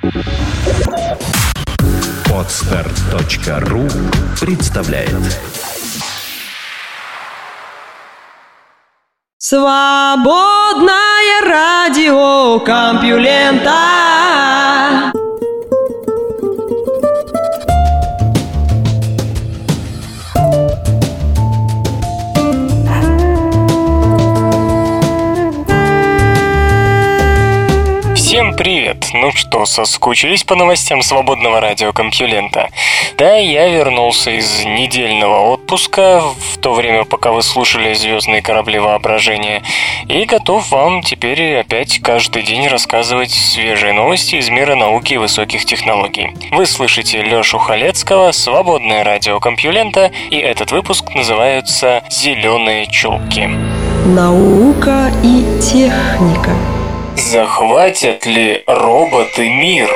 Podster.ru представляет. Свободное радио Компьюлента. Всем привет! Ну что, соскучились по новостям свободного радио Компьюлента? Да, я вернулся из недельного отпуска, в то время, пока вы слушали «Звездные корабли воображения», и готов вам теперь опять каждый день рассказывать свежие новости из мира науки и высоких технологий. Вы слышите Лёшу Халецкого, свободное радио Компьюлента, и этот выпуск называется «Зеленые чулки». Наука и техника. Захватят ли роботы мир?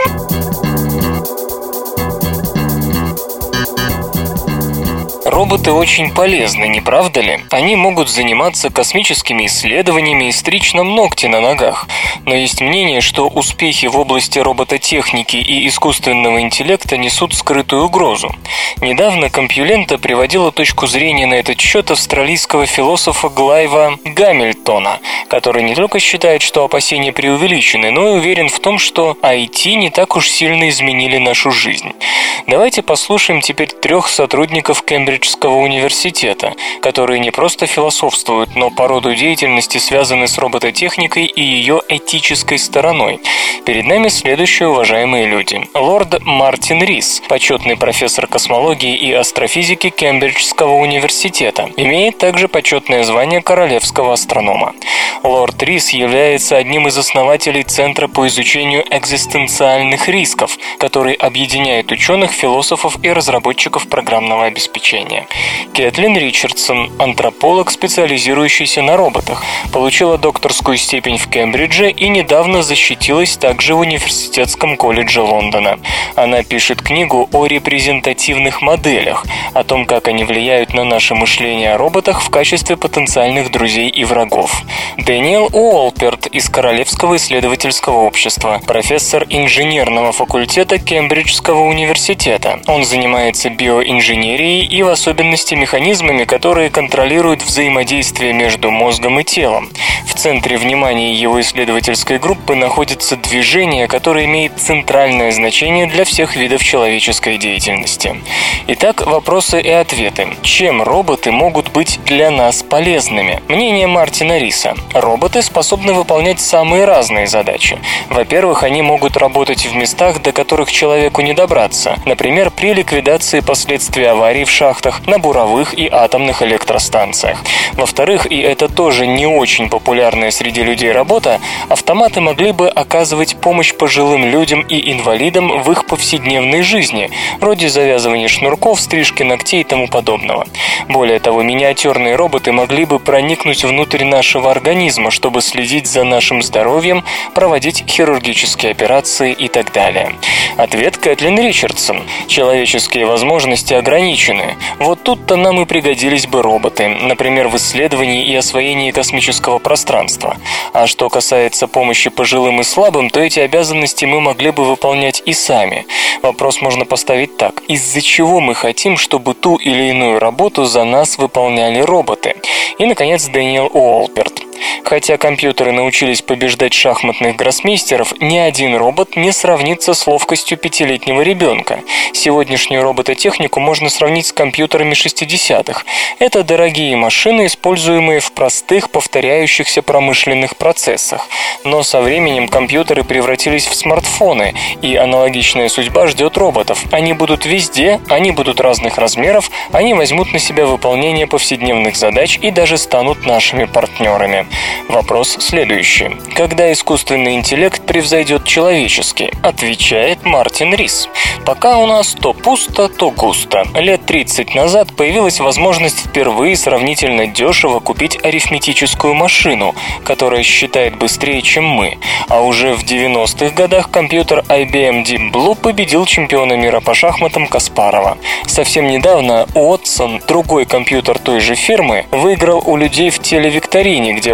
Роботы очень полезны, не правда ли? Они могут заниматься космическими исследованиями и стричь нам ногти на ногах. Но есть мнение, что успехи в области робототехники и искусственного интеллекта несут скрытую угрозу. Недавно Компьюлента приводила точку зрения на этот счет австралийского философа Глайва Гамильтона, который не только считает, что опасения преувеличены, но и уверен в том, что IT не так уж сильно изменили нашу жизнь. Давайте послушаем теперь 3 сотрудников Кембриджского университета, которые не просто философствуют, но по роду деятельности связаны с робототехникой и ее этической стороной. Перед нами следующие уважаемые люди. Лорд Мартин Рис, почетный профессор космологии и астрофизики Кембриджского университета, имеет также почетное звание королевского астронома. Лорд Рис является одним из основателей Центра по изучению экзистенциальных рисков, который объединяет ученых, философов и разработчиков программного обеспечения. Кэтлин Ричардсон, антрополог, специализирующийся на роботах, получила докторскую степень в Кембридже и недавно защитилась также в Университетском колледже Лондона. Она пишет книгу о репрезентативных моделях, о том, как они влияют на наше мышление о роботах в качестве потенциальных друзей и врагов. Дэниел Уолперт из Королевского исследовательского общества, профессор инженерного факультета Кембриджского университета. Он занимается биоинженерией и в особенности механизмами, которые контролируют взаимодействие между мозгом и телом. В центре внимания его исследовательской группы находится движение, которое имеет центральное значение для всех видов человеческой деятельности. Итак, вопросы и ответы. Чем роботы могут быть для нас полезными? Мнение Мартина Риса. Роботы способны выполнять самые разные задачи. Во-первых, они могут работать в местах, до которых человеку не добраться. Например, при ликвидации последствий аварий в шахтах, на буровых и атомных электростанциях. Во-вторых, и это тоже не очень популярная среди людей работа, автоматы могли бы оказывать помощь пожилым людям и инвалидам в их повседневной жизни, вроде завязывания шнурков, стрижки ногтей и тому подобного. Более того, миниатюрные роботы могли бы проникнуть внутрь нашего организма, чтобы следить за нашим здоровьем, проводить хирургические операции и так далее. Ответ Кэтлин Ричардсон. Человеческие возможности ограничены. Вот тут-то нам и пригодились бы роботы, например, в исследовании и освоении космического пространства. А что касается помощи пожилым и слабым, то эти обязанности мы могли бы выполнять и сами. Вопрос можно поставить так. Из-за чего мы хотим, чтобы ту или иную работу за нас выполняли роботы? И, наконец, Дэниел Уолперт. Хотя компьютеры научились побеждать шахматных гроссмейстеров, ни один робот не сравнится с ловкостью 5-летнего ребенка. Сегодняшнюю робототехнику можно сравнить с компьютерами 60-х. Это дорогие машины, используемые в простых, повторяющихся промышленных процессах. Но со временем компьютеры превратились в смартфоны, и аналогичная судьба ждет роботов. Они будут везде, они будут разных размеров, они возьмут на себя выполнение повседневных задач и даже станут нашими партнерами. Вопрос следующий. Когда искусственный интеллект превзойдет человеческий? Отвечает Мартин Рис. Пока у нас то пусто, то густо. Лет 30 назад появилась возможность впервые сравнительно дешево купить арифметическую машину, которая считает быстрее, чем мы. А уже в 90-х годах компьютер IBM Deep Blue победил чемпиона мира по шахматам Каспарова. Совсем недавно Уотсон, другой компьютер той же фирмы, выиграл у людей в телевикторине, где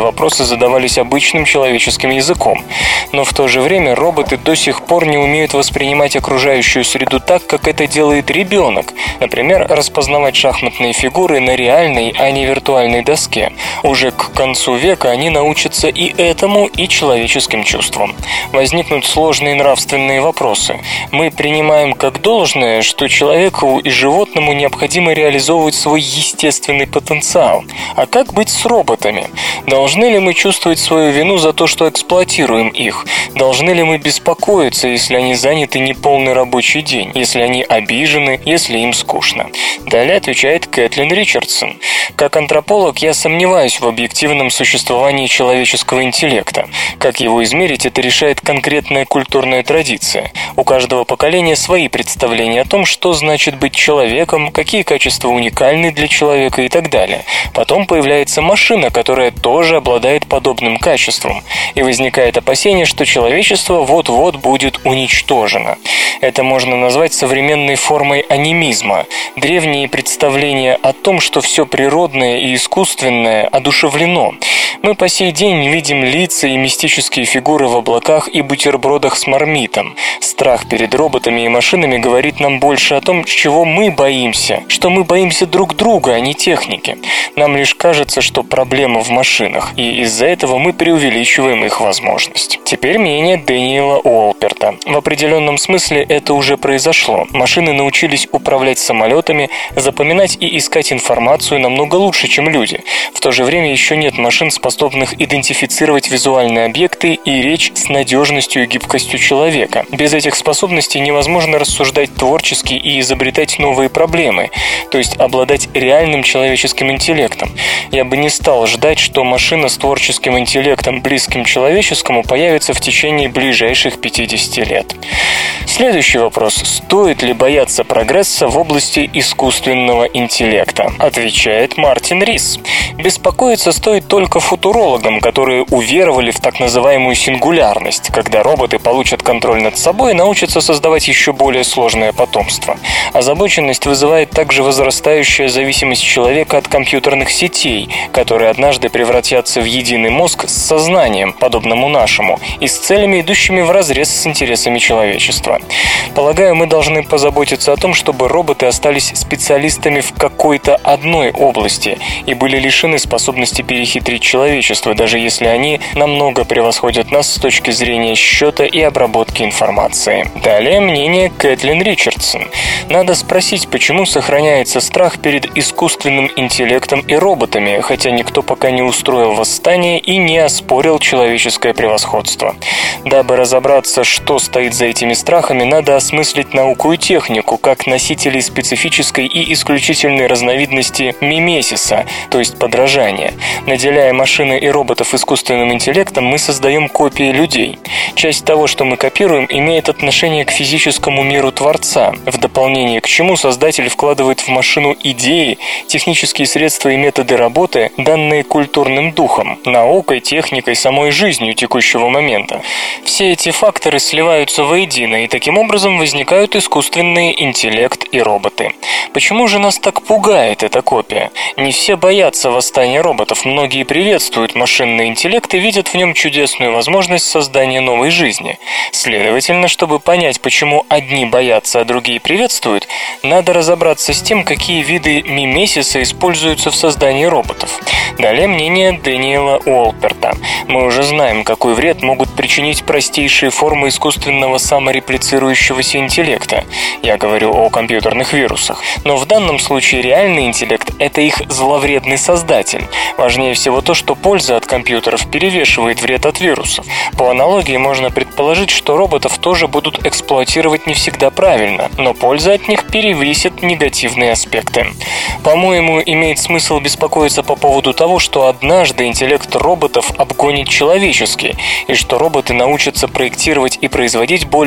вопросы задавались обычным человеческим языком. Но в то же время роботы до сих пор не умеют воспринимать окружающую среду так, как это делает ребенок. Например, распознавать шахматные фигуры на реальной, а не виртуальной доске. Уже к концу века они научатся и этому, и человеческим чувствам. Возникнут сложные нравственные вопросы. Мы принимаем как должное, что человеку и животному необходимо реализовывать свой естественный потенциал. А как быть с роботами? Должны ли мы чувствовать свою вину за то, что эксплуатируем их? Должны ли мы беспокоиться, если они заняты неполный рабочий день, если они обижены, если им скучно? Далее отвечает Кэтлин Ричардсон. Как антрополог, я сомневаюсь в объективном существовании человеческого интеллекта. Как его измерить, это решает конкретная культурная традиция. У каждого поколения свои представления о том, что значит быть человеком, какие качества уникальны для человека и так далее. Потом появляется машина, которая тоже обладает подобным качеством. И возникает опасение, что человечество вот-вот будет уничтожено. Это можно назвать современной формой анимизма. Древние представления о том, что все природное и искусственное одушевлено. Мы по сей день видим лица и мистические фигуры в облаках и бутербродах с мармитом. Страх перед роботами и машинами говорит нам больше о том, чего мы боимся, что мы боимся друг друга, а не техники. Нам лишь кажется, что проблема в машинах, и из-за этого мы преувеличиваем их возможность. Теперь мнение Дэниела Уолперта. В определенном смысле это уже произошло. Машины научились управлять самолетами, запоминать и искать информацию намного лучше, чем люди. В то же время еще нет машин, способных идентифицировать визуальные объекты и речь с надежностью и гибкостью человека. Без этих способностей невозможно рассуждать творчески и изобретать новые проблемы, то есть обладать реальным человеческим интеллектом. Я бы не стал ждать, что машина с творческим интеллектом, близким человеческому, появится в течение ближайших 50 лет. Следующий вопрос. Стоит ли бояться прогресса в области искусственного интеллекта? Отвечает Мартин Рис. Беспокоиться стоит только футурологам, которые уверовали в так называемую сингулярность, когда роботы получат контроль над собой и научатся создавать еще более сложное потомство. Озабоченность вызывает также возрастающая зависимость человека от компьютерных сетей, которые однажды превратятся в единый мозг с сознанием, подобному нашему, и с целями, идущими вразрез с интересами человечества. Полагаю, мы должны позаботиться о том, чтобы роботы остались специалистами в какой-то одной области и были лишены способности перехитрить человечество, даже если они намного превосходят нас с точки зрения счета и обработки информации. Далее мнение Кэтлин Ричардсон. Надо спросить, почему сохраняется страх перед искусственным интеллектом и роботами, хотя никто пока не устроил восстание и не оспорил человеческое превосходство. Дабы разобраться, что стоит за этими страхами, надо осмыслить науку и технику, как носителей специфической и исключительной разновидности мимесиса, то есть подражания. Наделяя машины и роботов искусственным интеллектом, мы создаем копии людей. Часть того, что мы копируем, имеет отношение к физическому миру Творца, в дополнение к чему создатель вкладывает в машину идеи, технические средства и методы работы, данные культурным духом, наукой, техникой, самой жизнью текущего момента. Все эти факторы сливаются воедино, и таким образом возникают искусственный интеллект и роботы. Почему же нас так пугает эта копия? Не все боятся восстания роботов, многие приветствуют машинный интеллект и видят в нем чудесную возможность создания новой жизни. Следовательно, чтобы понять, почему одни боятся, а другие приветствуют, надо разобраться с тем, какие виды мимесиса используются в создании роботов. Далее мнение Дэниела Уолперта. Мы уже знаем, какой вред могут причинить простейшие формы искусственного самореплицирующегося интеллекта. Я говорю о компьютерных вирусах. Но в данном случае реальный интеллект – это их зловредный создатель. Важнее всего то, что польза от компьютеров перевешивает вред от вирусов. По аналогии можно предположить, что роботов тоже будут эксплуатировать не всегда правильно, но польза от них перевесит негативные аспекты. По-моему, имеет смысл беспокоиться по поводу того, что однажды интеллект роботов обгонит человеческий, и что роботы научатся проектировать и производить более сложные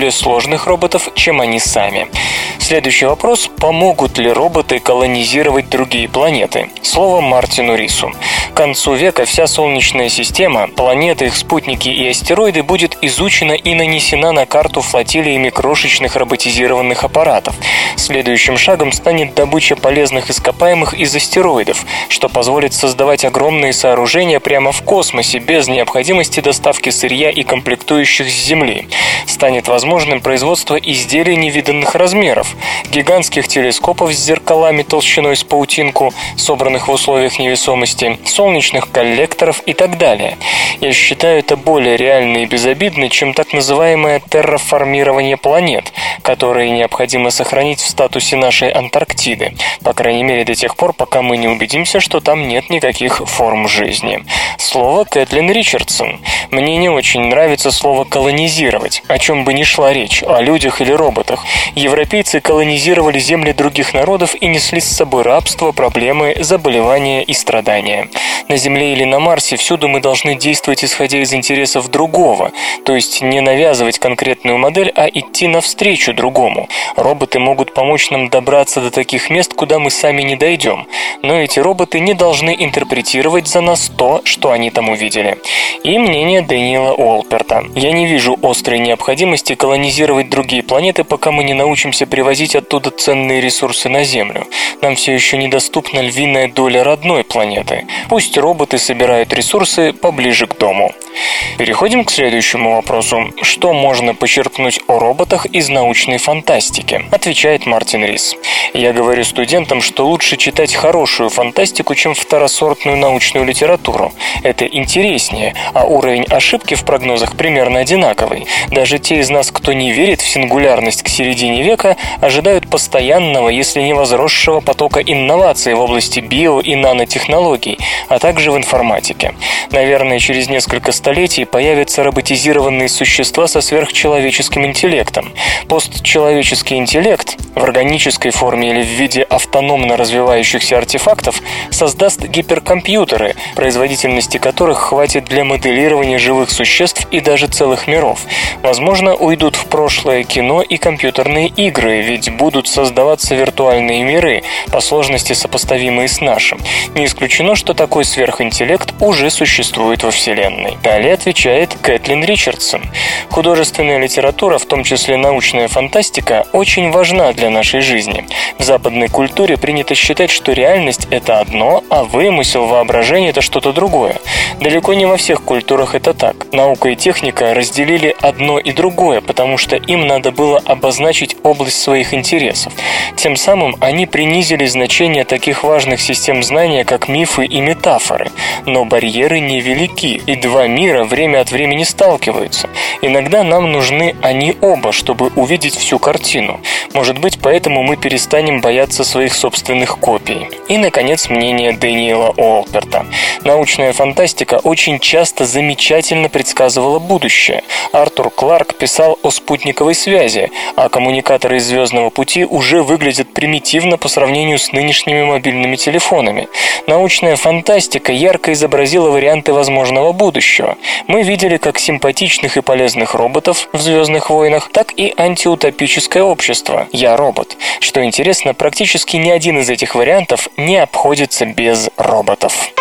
возможных роботов, чем они сами. Следующий вопрос: помогут ли роботы колонизировать другие планеты? Слово Мартину Рису. К концу века вся Солнечная система, планеты, их спутники и астероиды будет изучена и нанесена на карту флотилиями крошечных роботизированных аппаратов. Следующим шагом станет добыча полезных ископаемых из астероидов, что позволит создавать огромные сооружения прямо в космосе без необходимости доставки сырья и комплектующих с Земли. Станет возможным производство изделий невиданных размеров, гигантских телескопов с зеркалами толщиной с паутинку, собранных в условиях невесомости, солнечных коллекторов и так далее. Я считаю это более реально и безобидно, чем так называемое терраформирование планет, которые необходимо сохранить в статусе нашей Антарктиды, по крайней мере до тех пор, пока мы не убедимся, что там нет никаких форм жизни. Слово Кэтлин Ричардсон. Мне не очень нравится слово «колонизировать», о чем бы ни шла речь, о людях или роботах. Европейцы колонизировали земли других народов и несли с собой рабство, проблемы, заболевания и страдания. На Земле или на Марсе всюду мы должны действовать исходя из интересов другого, то есть не навязывать конкретную модель, а идти навстречу другому. Роботы могут помочь нам добраться до таких мест, куда мы сами не дойдем, но эти роботы не должны интерпретировать за нас то, что они там увидели. И мнение Дэниела Уолперта. Я не вижу острой необходимости колонизировать другие планеты, пока мы не научимся привозить оттуда ценные ресурсы на Землю. Нам все еще недоступна львиная доля родной планеты. Пусть роботы собирают ресурсы поближе к дому. Переходим к следующему вопросу. Что можно почерпнуть о роботах из научной фантастики? Отвечает Мартин Рис. Я говорю студентам, что лучше читать хорошую фантастику, чем второсортную научную литературу. Это интереснее, а уровень ошибки в прогнозах примерно одинаковый. Даже те из нас, кто не верит в сингулярность к середине века, ожидают постоянного, если не возросшего потока инноваций в области био- и нанотехнологий, а также в информатике. Наверное, через несколько столетий появятся роботизированные существа со сверхчеловеческим интеллектом. Постчеловеческий интеллект в органической форме или в виде автономно развивающихся артефактов создаст гиперкомпьютеры, производительности которых хватит для моделирования живых существ и даже целых миров. Возможно, уйдут в прошлое кино и компьютерные игры, ведь будут создаваться виртуальные миры, по сложности сопоставимые с нашим. Не исключено, что такой сверхинтеллект уже существует во Вселенной. Далее отвечает Кэтлин Ричардсон. Художественная литература, в том числе научная фантастика, очень важна для нашей жизни. В западной культуре принято считать, что реальность – это одно, а вымысел, воображение – это что-то другое. Далеко не во всех культурах это так. Наука и техника разделили одно и другое, потому что им надо было обозначить область своих интересов. Тем самым они принизили значение таких важных систем знания, как мифы и метафоры. Но барьеры невелики, и два мира время от времени сталкиваются. Иногда нам нужны они оба, чтобы увидеть всю картину. Может быть, поэтому мы перестанем бояться своих собственных копий. И, наконец, мнение Дэниела Уолперта. Научная фантастика очень часто замечательно предсказывала будущее. Артур Кларк писал о спутниковой связи, а коммуникаторы из «Звездного пути» уже выглядят примитивно по сравнению с нынешними мобильными телефонами. Научная фантастика ярко изобразила варианты возможного будущего. Мы видели как симпатичных и полезных роботов в «Звездных войнах», так и антиутопическое общество «Я робот». Что интересно, практически ни один из этих вариантов не обходится без роботов.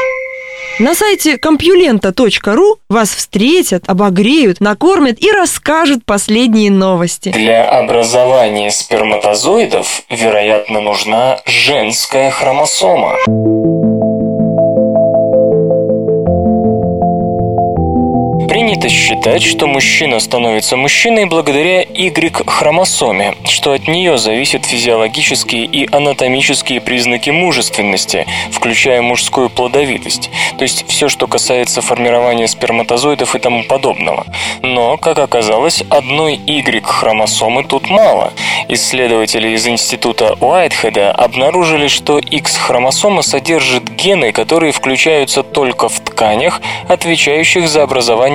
На сайте compulenta.ru вас встретят, обогреют, накормят и расскажут последние новости. Для образования сперматозоидов, вероятно, нужна женская хромосома. Принято считать, что мужчина становится мужчиной благодаря Y-хромосоме, что от нее зависят физиологические и анатомические признаки мужественности, включая мужскую плодовитость, то есть все, что касается формирования сперматозоидов и тому подобного. Но, как оказалось, одной Y-хромосомы тут мало. Исследователи из института Уайтхеда обнаружили, что X-хромосома содержит гены, которые включаются только в тканях, отвечающих за образование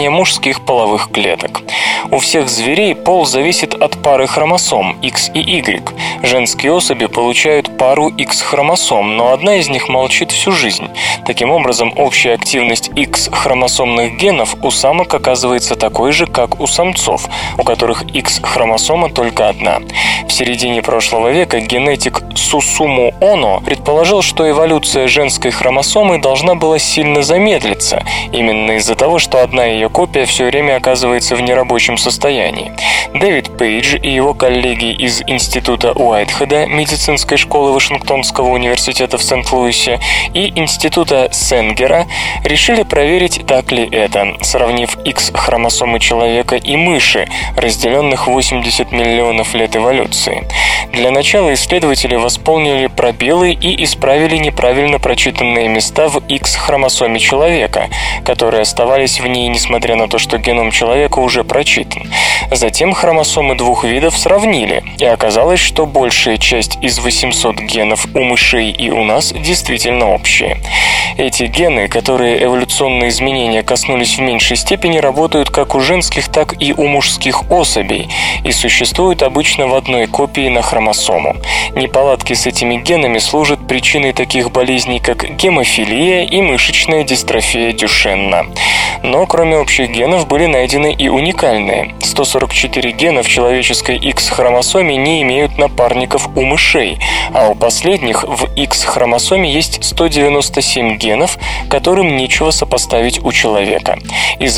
формирования мужских половых клеток. У всех зверей пол зависит от пары хромосом X и Y. Женские особи получают пару X-хромосом, но одна из них молчит всю жизнь. Таким образом, общая активность X-хромосомных генов у самок оказывается такой же, как у самцов, у которых X-хромосома только одна. В середине прошлого века генетик Сусуму Оно предположил, что эволюция женской хромосомы должна была сильно замедлиться, именно из-за того, что одна ее копия все время оказывается в нерабочем состоянии. Дэвид Пейдж и его коллеги из Института Уайтхеда, медицинской школы Вашингтонского университета в Сент-Луисе, и Института Сенгера решили проверить, так ли это, сравнив X-хромосомы человека и мыши, разделенных 80 миллионов лет эволюции. Для начала исследователи восполнили пробелы и исправили неправильно прочитанные места в X-хромосоме человека, которые оставались в ней, несмотря на то, что геном человека уже прочитан. Затем хромосомы двух видов сравнили, и оказалось, что большая часть из 800 генов у мышей и у нас действительно общие. Эти гены, которые эволюционные изменения коснулись в меньшей степени, работают как у женских, так и у мужских особей и существуют обычно в одной копии на хромосому. Неполадки с этими генами служат причиной таких болезней, как гемофилия и мышечная дистрофия Дюшенна. Но кроме общих генов были найдены и уникальные. 144 гена в человеческой X-хромосоме не имеют напарников у мышей, а у последних в X-хромосоме есть 197 генов, которым нечего сопоставить у человека. Из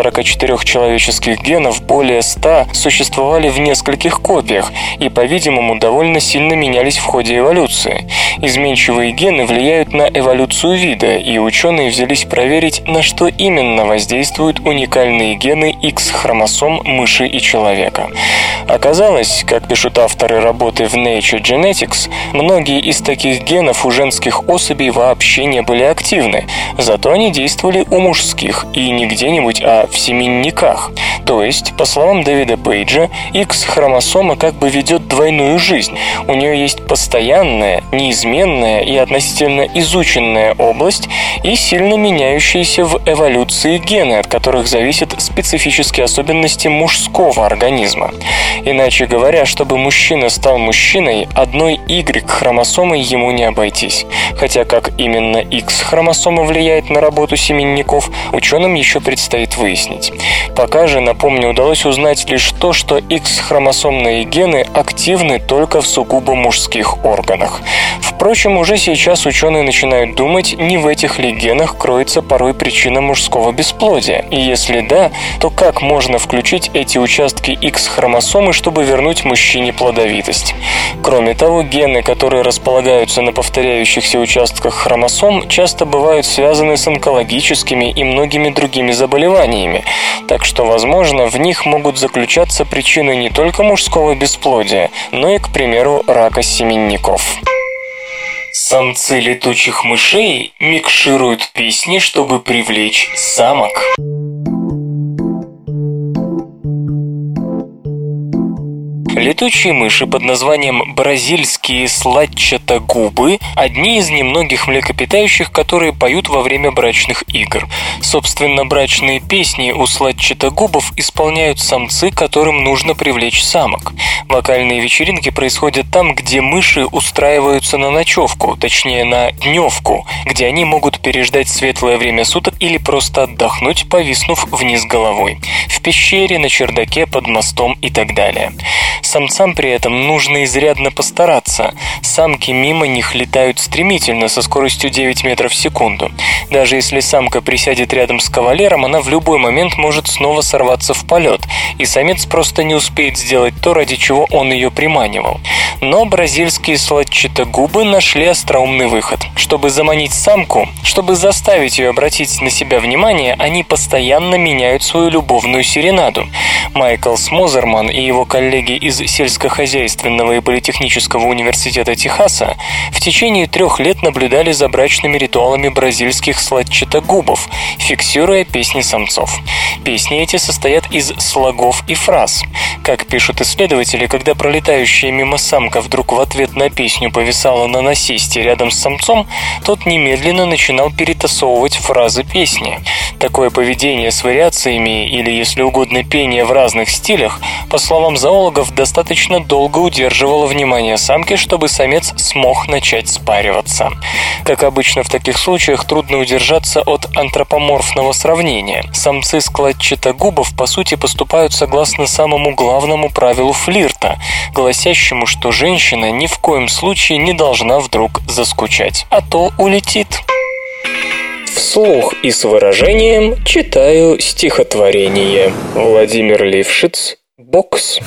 144 человеческих генов более 100 существовали в нескольких копиях и, по-видимому, довольно сильно менялись в ходе эволюции. Изменчивые гены влияют на эволюцию вида, и ученые взялись проверить, на что именно воздействуют уникальные гены X-хромосом мыши и человека. Оказалось, как пишут авторы работы в Nature Genetics, многие из таких генов у женских особей вообще не были активны, зато они действовали у мужских, и не где-нибудь, а в семенниках. То есть, по словам Дэвида Пейджа, X-хромосома как бы ведет двойную жизнь. У нее есть постоянная, неизменная и относительно изученная область и сильно меняющиеся в эволюции гены, от которых зависят специфические особенности мужского организма. Иначе говоря, чтобы мужчина стал мужчиной, одной Y-хромосомой ему не обойтись. Хотя как именно X-хромосома влияет на работу семенников, ученым еще предстоит выяснить. Пока же, напомню, удалось узнать лишь то, что X-хромосомные гены активны только в сугубо мужских органах. Впрочем, уже сейчас ученые начинают думать, не в этих ли генах кроется порой причина мужского бесплодия. И если да, то как можно включить эти участки X-хромосомы, чтобы вернуть мужчине плодовитость? Кроме того, гены, которые располагаются на повторяющихся участках хромосом, часто бывают связаны с онкологическими и многими другими заболеваниями, так что, возможно, в них могут заключаться причины не только мужского бесплодия, но и, к примеру, рака семенников. Самцы летучих мышей микшируют песни, чтобы привлечь самок. Летучие мыши под названием бразильские сладчатогубы – одни из немногих млекопитающих, которые поют во время брачных игр. Собственно, брачные песни у сладчатогубов исполняют самцы, которым нужно привлечь самок. Вокальные вечеринки происходят там, где мыши устраиваются на ночевку, точнее на дневку, где они могут переждать светлое время суток или просто отдохнуть, повиснув вниз головой. В пещере, на чердаке, под мостом и так далее. Самцам при этом нужно изрядно постараться. Самки мимо них летают стремительно, со скоростью 9 метров в секунду. Даже если самка присядет рядом с кавалером, она в любой момент может снова сорваться в полет, и самец просто не успеет сделать то, ради чего он ее приманивал. Но бразильские сладчатогубы нашли остроумный выход. Чтобы заманить самку, чтобы заставить ее обратить на себя внимание, они постоянно меняют свою любовную серенаду. Майкл Смозерман и его коллеги из сельскохозяйственного и политехнического университета Техаса в течение 3 лет наблюдали за брачными ритуалами бразильских сладчатогубов, фиксируя песни самцов. Песни эти состоят из слогов и фраз. Как пишут исследователи, когда пролетающая мимо самка самка вдруг в ответ на песню повисала на насесте рядом с самцом, тот немедленно начинал перетасовывать фразы песни. Такое поведение с вариациями или, если угодно, пение в разных стилях, по словам зоологов, достаточно долго удерживало внимание самки, чтобы самец смог начать спариваться. Как обычно в таких случаях, трудно удержаться от антропоморфного сравнения. Самцы складчатогубов по сути поступают согласно самому главному правилу флирта, гласящему, что женщина ни в коем случае не должна вдруг заскучать, а то улетит. Вслух и с выражением читаю стихотворение. Владимир Лившиц, бокс.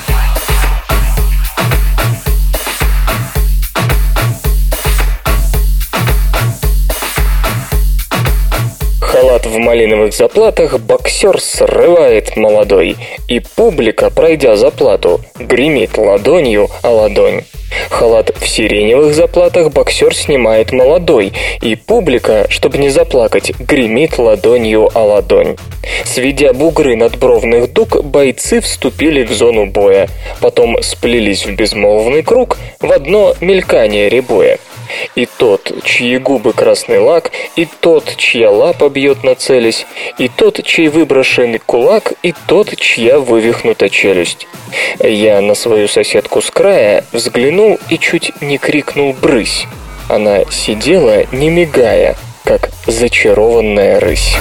Халат в малиновых заплатах боксер срывает молодой, и публика, пройдя заплату, гремит ладонью о ладонь. Халат в сиреневых заплатах боксер снимает молодой, и публика, чтобы не заплакать, гремит ладонью о ладонь. Сведя бугры надбровных дуг, бойцы вступили в зону боя, потом сплелись в безмолвный круг в одно мелькание рябое. И тот, чьи губы красный лак, и тот, чья лапа бьет нацелясь, и тот, чей выброшенный кулак, и тот, чья вывихнута челюсть. Я на свою соседку с края взглянул и чуть не крикнул «брысь». Она сидела, не мигая, как зачарованная рысь.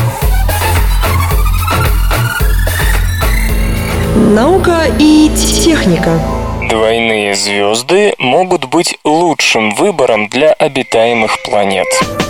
Наука и техника. Двойные звезды могут быть лучшим выбором для обитаемых планет.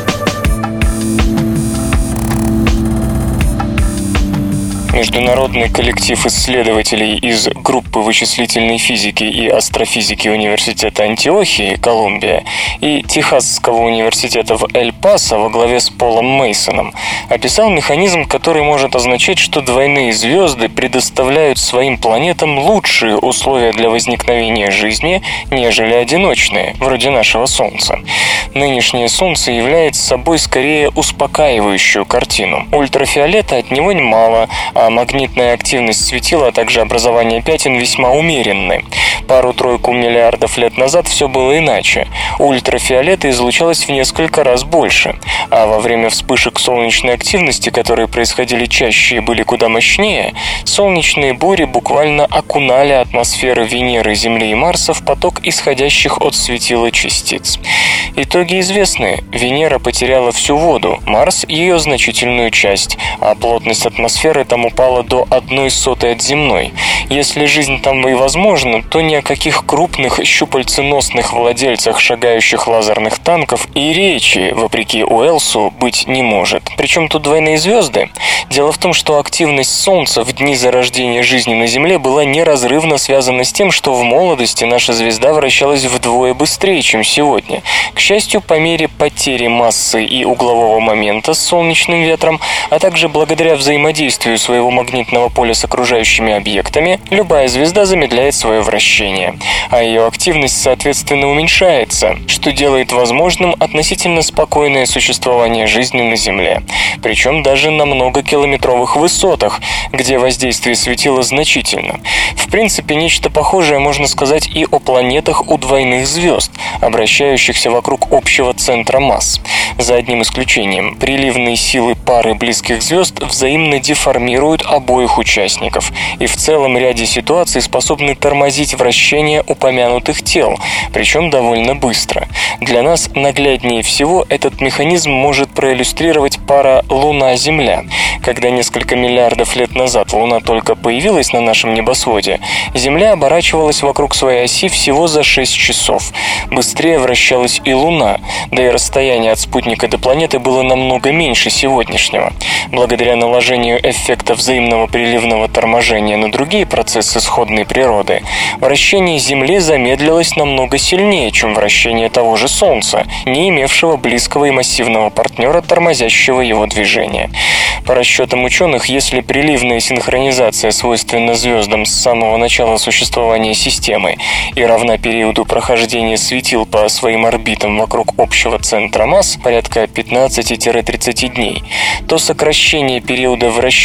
Международный коллектив исследователей из группы вычислительной физики и астрофизики Университета Антиохии, Колумбия, и Техасского университета в Эль-Пасо во главе с Полом Мейсоном описал механизм, который может означать, что двойные звезды предоставляют своим планетам лучшие условия для возникновения жизни, нежели одиночные, вроде нашего Солнца. Нынешнее Солнце является собой скорее успокаивающую картину. Ультрафиолета от него немало, а магнитная активность светила, а также образование пятен весьма умеренны. Пару-тройку миллиардов лет назад все было иначе. Ультрафиолета излучалось в несколько раз больше, а во время вспышек солнечной активности, которые происходили чаще и были куда мощнее, солнечные бури буквально окунали атмосферы Венеры, Земли и Марса в поток исходящих от светила частиц. Итоги известны. Венера потеряла всю воду, Марс – ее значительную часть, а плотность атмосферы там упала до 1/100 от земной. Если жизнь там и возможна, то ни о каких крупных щупальценосных владельцах шагающих лазерных танков и речи, вопреки Уэллсу, быть не может. Причем тут двойные звезды? Дело в том, что активность Солнца в дни зарождения жизни на Земле была неразрывно связана с тем, что в молодости наша звезда вращалась вдвое быстрее, чем сегодня. К счастью, по мере потери массы и углового момента с солнечным ветром, а также благодаря взаимодействию своего магнитного поля с окружающими объектами, любая звезда замедляет свое вращение, а ее активность, соответственно, уменьшается, что делает возможным относительно спокойное существование жизни на Земле. Причем даже на многокилометровых высотах, где воздействие светила значительно. В принципе, нечто похожее можно сказать и о планетах у двойных звезд, обращающихся вокруг общего центра масс. За одним исключением, приливные силы пары близких звезд взаимно деформируют обоих участников и в целом ряде ситуаций способны тормозить вращение упомянутых тел, причем довольно быстро. Для нас нагляднее всего этот механизм может проиллюстрировать пара Луна-Земля. Когда несколько миллиардов лет назад Луна только появилась на нашем небосводе, Земля оборачивалась вокруг своей оси всего за 6 часов. Быстрее вращалась и Луна, да и расстояние от спутника до планеты было намного меньше сегодняшнего. Благодаря наложению эффекта взаимного приливного торможения на другие процессы сходной природы, вращение Земли замедлилось намного сильнее, чем вращение того же Солнца, не имевшего близкого и массивного партнера, тормозящего его движение. По расчетам ученых, если приливная синхронизация свойственна звездам с самого начала существования системы и равна периоду прохождения светил по своим орбитам вокруг общего центра масс, порядка 15-30 дней, то сокращение периода вращения вокруг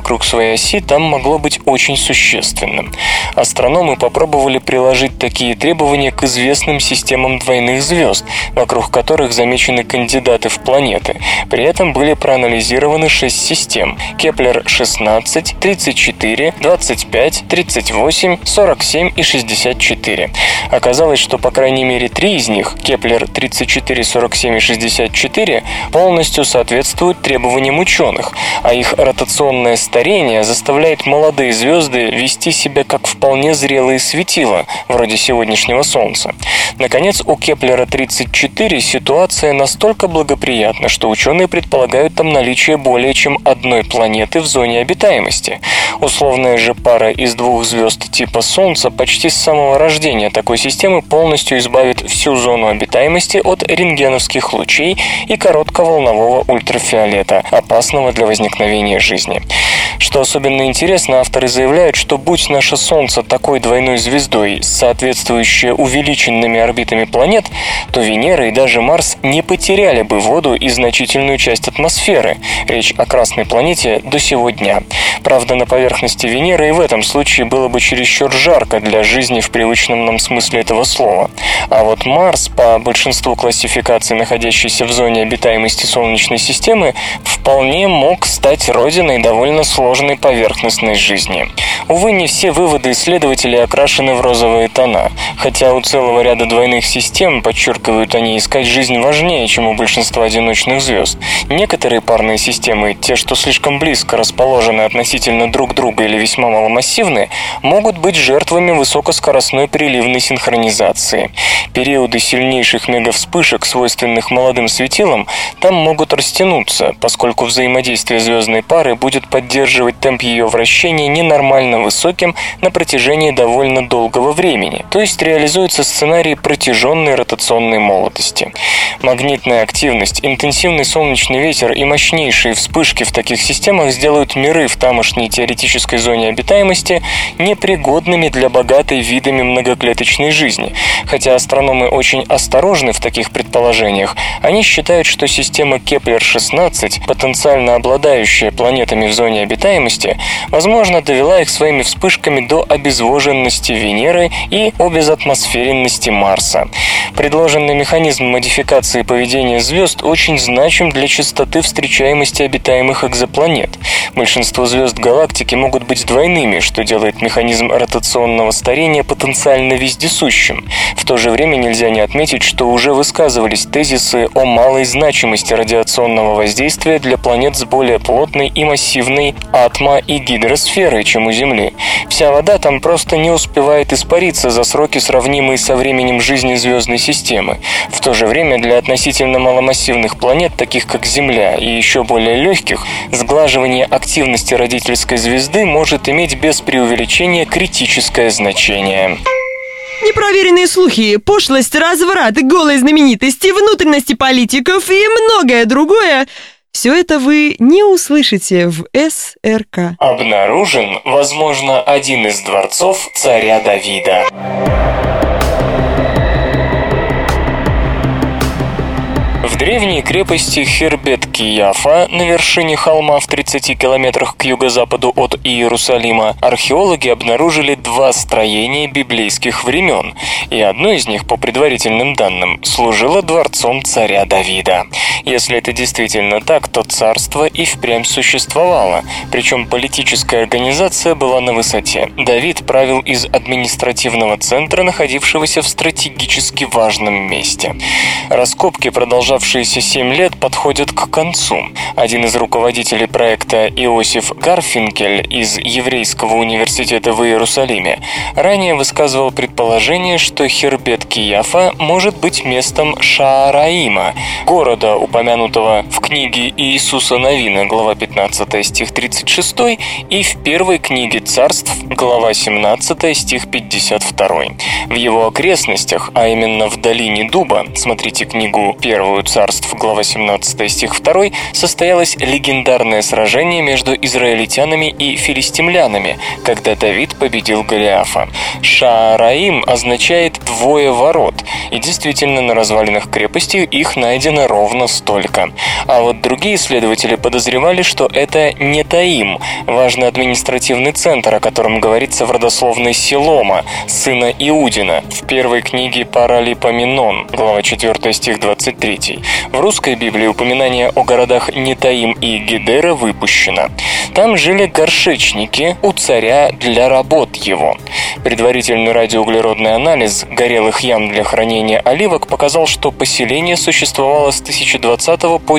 вокруг своей оси там могло быть очень существенным. Астрономы попробовали приложить такие требования к известным системам двойных звезд, вокруг которых замечены кандидаты в планеты. При этом были проанализированы 6 систем – Кеплер-16, 34, 25, 38, 47 и 64. Оказалось, что по крайней мере 3 из них – Кеплер 34, 47 и 64 – полностью соответствуют требованиям ученых, а их ротационное старение заставляет молодые звезды вести себя как вполне зрелые светила, вроде сегодняшнего Солнца. Наконец, у Кеплера-34 ситуация настолько благоприятна, что ученые предполагают там наличие более чем одной планеты в зоне обитаемости. Условная же пара из 2 звезд типа Солнца почти с самого рождения такой системы полностью избавит всю зону обитаемости от рентгеновских лучей и коротковолнового ультрафиолета, опасного для возникновения жизни. Что особенно интересно, авторы заявляют, что будь наше Солнце такой двойной звездой, соответствующей увеличенными орбитами планет, то Венера и даже Марс не потеряли бы воду и значительную часть атмосферы. Речь о красной планете до сего дня. Правда, на поверхности Венеры и в этом случае было бы чересчур жарко для жизни в привычном нам смысле этого слова. А вот Марс, по большинству классификаций, находящийся в зоне обитаемости Солнечной системы, вполне мог стать родиной довольно сложной поверхностной жизни. Увы, не все выводы исследователей окрашены в розовые тона. Хотя у целого ряда двойных систем, подчеркивают они, искать жизнь важнее, чем у большинства одиночных звезд. Некоторые парные системы, те, что слишком близко расположены относительно друг друга или весьма маломассивны, могут быть жертвами высокоскоростной приливной синхронизации. Периоды сильнейших мегавспышек, свойственных молодым светилам, там могут растянуться, поскольку взаимодействие звездной пары будет поддерживать темп ее вращения ненормально высоким на протяжении довольно долгого времени, то есть реализуется сценарий протяженной ротационной молодости. Магнитная активность, интенсивный солнечный ветер и мощнейшие вспышки в таких системах сделают миры в тамошней теоретической зоне обитаемости непригодными для богатой видами многоклеточной жизни. Хотя астрономы очень осторожны в таких предположениях, они считают, что система Кеплер-16, потенциально обладающая планетами в зоне обитаемости, возможно, довела их своими вспышками до обезвоженности Венеры и обезатмосференности Марса. Предложенный механизм модификации поведения звезд очень значим для частоты встречаемости обитаемых экзопланет. Большинство звезд галактики могут быть двойными, что делает механизм ротационного старения потенциально вездесущим. В то же время нельзя не отметить, что уже высказывались тезисы о малой значимости радиационного воздействия для планет с более плотной и массивной атмо- и гидросферой, чем у Земли. Вся вода там просто не успевает испариться за сроки, сравнимые со временем жизни звездной системы. В то же время для относительно маломассивных планет, таких как Земля, и еще более легких, сглаживание активности родительской звезды может иметь без преувеличения критическое значение. Непроверенные слухи, пошлость, разврат, голые знаменитости, внутренности политиков и многое другое – все это вы не услышите в СРК. Обнаружен, возможно, один из дворцов царя Давида. В древней крепости Хербет-Кияфа на вершине холма в 30 километрах к юго-западу от Иерусалима археологи обнаружили 2 строения библейских времен, и одно из них, по предварительным данным, служило дворцом царя Давида. Если это действительно так, то царство и впрямь существовало, причем политическая организация была на высоте. Давид правил из административного центра, находившегося в стратегически важном месте. Раскопки, продолжавшиеся 7 лет, подходят к концу. Один из руководителей проекта, Иосиф Гарфинкель из Еврейского университета в Иерусалиме, ранее высказывал предположение, что Хербет-Кияфа может быть местом Шаараима, города, упомянутого в книге Иисуса Навина, глава 15, стих 36, и в первой книге Царств, глава 17, стих 52. В его окрестностях, а именно в долине Дуба, смотрите книгу 1 Царств, глава 17, стих 2, II состоялось легендарное сражение между израильтянами и филистимлянами, когда Давид победил Голиафа. Шаараим означает «двое ворот», и действительно на развалинах крепости их найдено ровно столько. А вот другие исследователи подозревали, что это Нетаим, важный административный центр, о котором говорится в родословной Силома, сына Иудина, в первой книге Паралипоменон, глава 4, стих 23. В русской Библии упоминание о городах Нетаим и Гедера выпущено. Там жили горшечники у царя для работ его. Предварительный радиоуглеродный анализ горелых ям для хранения оливок показал, что поселение существовало с 1020 по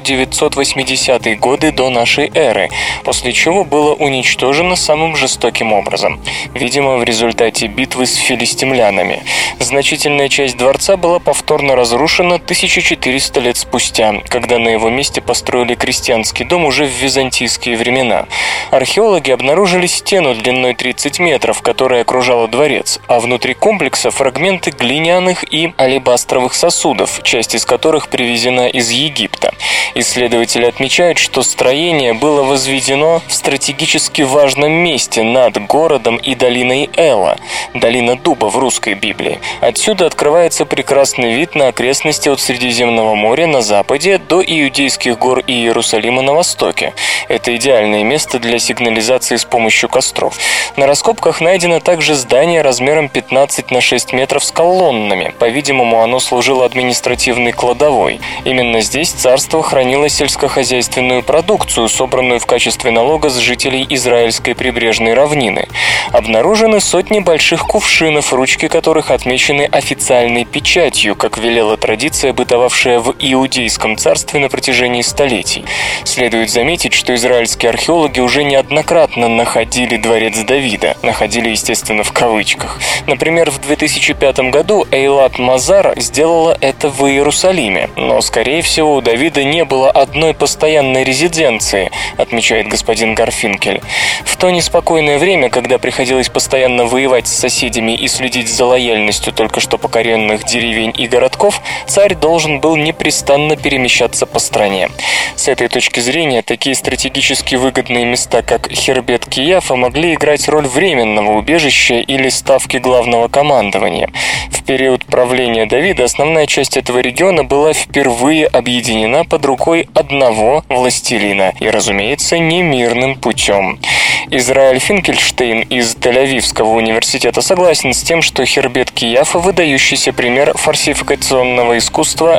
980 годы до нашей эры, после чего было уничтожено самым жестоким образом, видимо, в результате битвы с филистимлянами. Значительная часть дворца была повторно разрушена 1400 лет спустя, когда на его месте построили крестьянский дом уже в византийские времена. Археологи обнаружили стену длиной 30 метров, которая окружала дворец, а внутри комплекса фрагменты глиняных и алебастровых сосудов, часть из которых привезена из Египта. Исследователи отмечают, что строение было возведено в стратегически важном месте над городом и долиной Эла, долина Дуба в русской Библии. Отсюда открывается прекрасный вид на окрестности от Средиземного моря на западе до Иудейских гор и Иерусалима на востоке. Это идеальное место для сигнализации с помощью костров. На раскопках найдено также здание размером 15 на 6 метров с колоннами. По-видимому, оно служило административной кладовой. Именно здесь царство хранило сельскохозяйственную продукцию, собранную в качестве налога с жителей израильской прибрежной равнины. Обнаружены сотни больших кувшинов, ручки которых отмечены официальной печатью, как велела традиция, бытовавшая в Иудейском царстве на протяжении столетий. Следует заметить, что израильские археологи уже неоднократно находили дворец Давида. Находили, естественно, в кавычках. Например, в 2005 году Эйлат Мазар сделала это в Иерусалиме. Но, скорее всего, у Давида не было одной постоянной резиденции, отмечает господин Гарфинкель. В то неспокойное время, когда приходилось постоянно воевать с соседями и следить за лояльностью только что покоренных деревень и городков, царь должен был непрестанно перемещаться по стране. С этой точки зрения, такие стратегически выгодные места, как Хербет-Кияфа, могли играть роль временного убежища или ставки главного командования. В период правления Давида основная часть этого региона была впервые объединена под рукой одного властелина и, разумеется, не мирным путем. Израиль Финкельштейн из Тель-Авивского университета согласен с тем, что Хербет-Кияфа – выдающийся пример фальсификационного искусства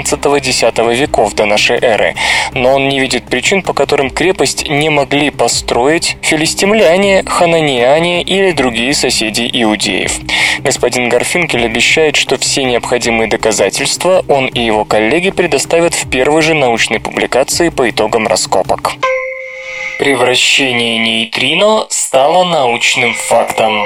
XI-X веков до нашей эры, но он не видит причин, по которым крепость не могли построить филистимляне, хананиане или другие соседи иудеев. Господин Гарфинкель обещает, что все необходимые доказательства он и его коллеги предоставят в первой же научной публикации по итогам раскопок. Превращение нейтрино стало научным фактом.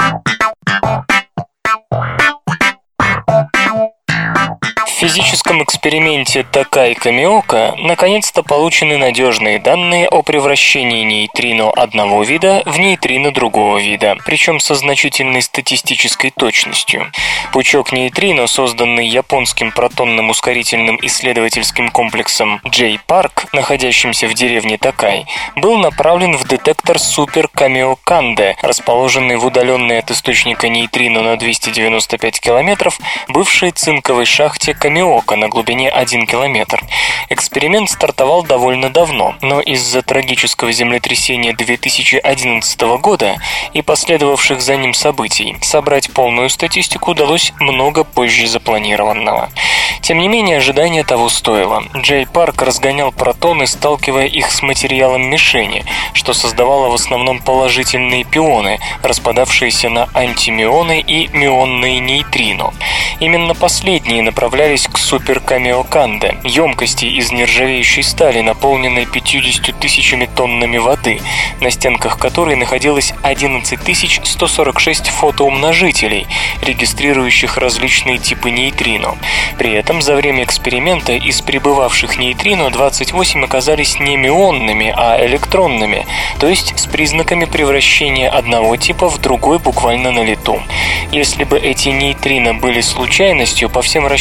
В физическом эксперименте Такай-Камиока наконец-то получены надежные данные о превращении нейтрино одного вида в нейтрино другого вида, причем со значительной статистической точностью. Пучок нейтрино, созданный японским протонным ускорительным исследовательским комплексом J-Park, находящимся в деревне Такай, был направлен в детектор Супер Камиоканде, расположенный в удаленной от источника нейтрино на 295 километров бывшей цинковой шахте Камиока на глубине 1 километр. Эксперимент стартовал довольно давно, но из-за трагического землетрясения 2011 года и последовавших за ним событий собрать полную статистику удалось много позже запланированного. Тем не менее, ожидание того стоило. J-Park разгонял протоны, сталкивая их с материалом мишени, что создавало в основном положительные пионы, распадавшиеся на антимионы и мионные нейтрино. Именно последние направлялись к суперкамиоканде, емкости из нержавеющей стали, наполненной 50 тысячами тоннами воды, на стенках которой находилось 11 146 фотоумножителей, регистрирующих различные типы нейтрино. При этом за время эксперимента из прибывавших нейтрино 28 оказались не мионными, а электронными, то есть с признаками превращения одного типа в другой буквально на лету. Если бы эти нейтрино были случайностью, по всем расчетам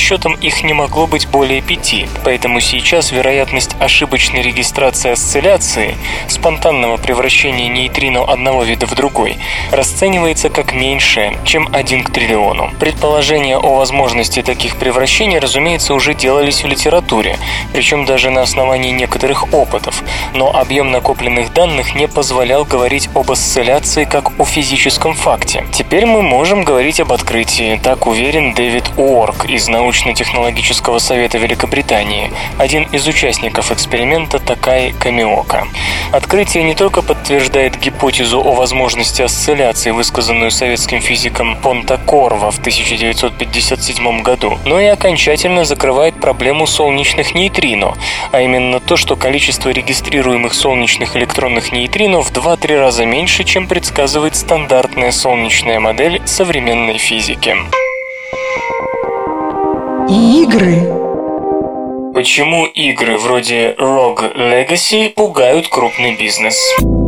их не могло быть более 5, поэтому сейчас вероятность ошибочной регистрации осцилляции, спонтанного превращения нейтрино одного вида в другой, расценивается как меньшее, чем 1 к триллиону. Предположения о возможности таких превращений, разумеется, уже делались в литературе, причем даже на основании некоторых опытов, но объем накопленных данных не позволял говорить об осцилляции как о физическом факте. Теперь мы можем говорить об открытии, так уверен Дэвид Уорк из научно-технологического совета Великобритании, один из участников эксперимента Такай Камиока. Открытие не только подтверждает гипотезу о возможности осцилляции, высказанную советским физиком Понта Корва в 1957 году, но и окончательно закрывает проблему солнечных нейтрино, а именно то, что количество регистрируемых солнечных электронных нейтрино в 2-3 раза меньше, чем предсказывает стандартная солнечная модель современной физики. Игры. Почему игры вроде Rogue Legacy пугают крупный бизнес?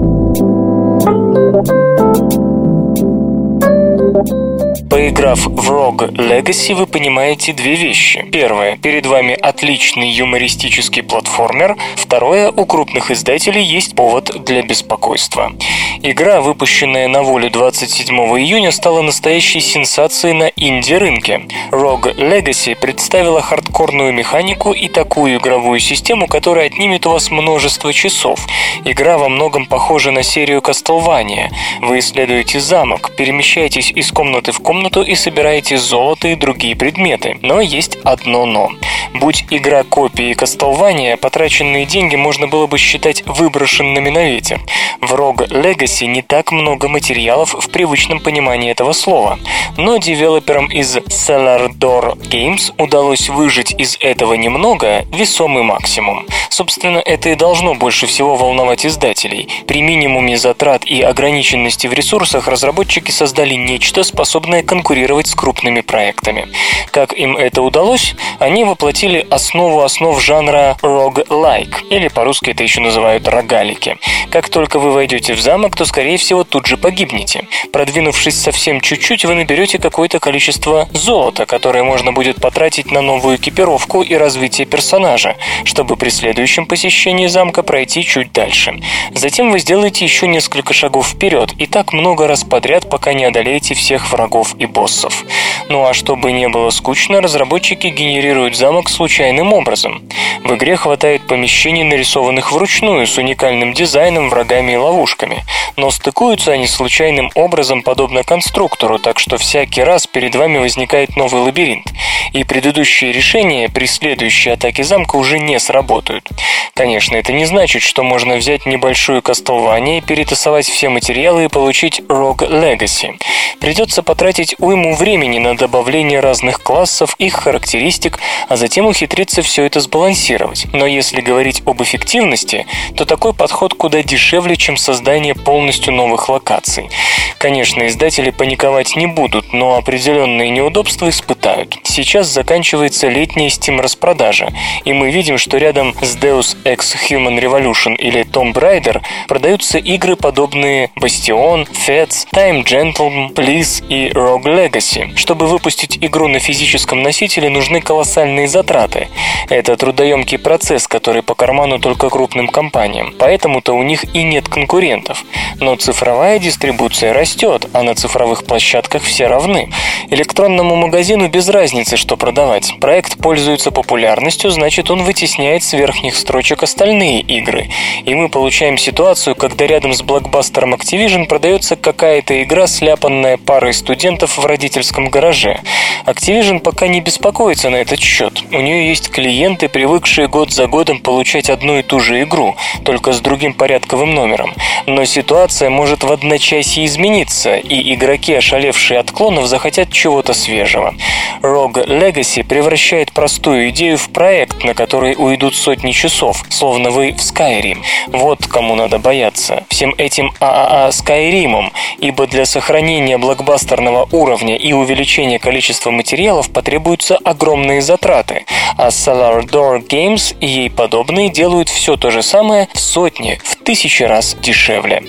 Поиграв в Rogue Legacy, вы понимаете две вещи. Первое. Перед вами отличный юмористический платформер. Второе. У крупных издателей есть повод для беспокойства. Игра, выпущенная на волю 27 июня, стала настоящей сенсацией на инди-рынке. Rogue Legacy представила хардкорную механику и такую игровую систему, которая отнимет у вас множество часов. Игра во многом похожа на серию Castlevania. Вы исследуете замок, перемещаетесь из комнаты в комнату и собираете золото и другие предметы. Но есть одно «но». Будь игра копией Castlevania, потраченные деньги можно было бы считать выброшенными на ветер. В Rogue Legacy не так много материалов в привычном понимании этого слова. Но девелоперам из Cellar Door Games удалось выжать из этого немного весомый максимум. Собственно, это и должно больше всего волновать издателей. При минимуме затрат и ограниченности в ресурсах разработчики создали нечто, способное конкурировать с крупными проектами. Как им это удалось? Они воплотили основу основ жанра roguelike, или по-русски это еще называют рогалики. Как только вы войдете в замок, то, скорее всего, тут же погибнете. Продвинувшись совсем чуть-чуть, вы наберете какое-то количество золота, которое можно будет потратить на новую экипировку и развитие персонажа, чтобы при следующем посещении замка пройти чуть дальше. Затем вы сделаете еще несколько шагов вперед, и так много раз подряд, пока не одолеете всех врагов и боссов. Ну а чтобы не было скучно, разработчики генерируют замок случайным образом. В игре хватает помещений, нарисованных вручную, с уникальным дизайном, врагами и ловушками. Но стыкуются они случайным образом, подобно конструктору, так что всякий раз перед вами возникает новый лабиринт. И предыдущие решения при следующей атаке замка уже не сработают. Конечно, это не значит, что можно взять небольшую Castlevania, перетасовать все материалы и получить Rogue Legacy. Придется потратить уйму времени на добавление разных классов, их характеристик, а затем ухитриться все это сбалансировать. Но если говорить об эффективности, то такой подход куда дешевле, чем создание полностью новых локаций. Конечно, издатели паниковать не будут, но определенные неудобства испытают. Сейчас заканчивается летняя Steam-распродажа, и мы видим, что рядом с Deus Ex Human Revolution или Tomb Raider продаются игры, подобные Bastion, Fez, Time Gentleman, Please и Rogue Legacy. Чтобы выпустить игру на физическом носителе, нужны колоссальные затраты. Это трудоемкий процесс, который по карману только крупным компаниям, поэтому-то у них и нет конкурентов. Но цифровая дистрибуция растет, а на цифровых площадках все равны. Электронному магазину без разницы, что продавать. Проект пользуется популярностью, значит, он вытесняет с верхних строчек остальные игры. И мы получаем ситуацию, когда рядом с блокбастером Activision продается какая-то игра, сляпанная парой студентов в родительском гараже. Activision пока не беспокоится на этот счет. У нее есть клиенты, привыкшие год за годом получать одну и ту же игру, только с другим порядковым номером. Но ситуация может в одночасье измениться, и игроки, ошалевшие от клонов, захотят чего-то свежего. Rogue Legacy превращает простую идею в проект, на который уйдут сотни часов, словно вы в Skyrim. Вот кому надо бояться. Всем этим Skyrim'ом, ибо для сохранения блокбастерного уровня и увеличения количества материалов потребуются огромные затраты, а Cellar Door Games и ей подобные делают все то же самое в сотни, в тысячи раз дешевле.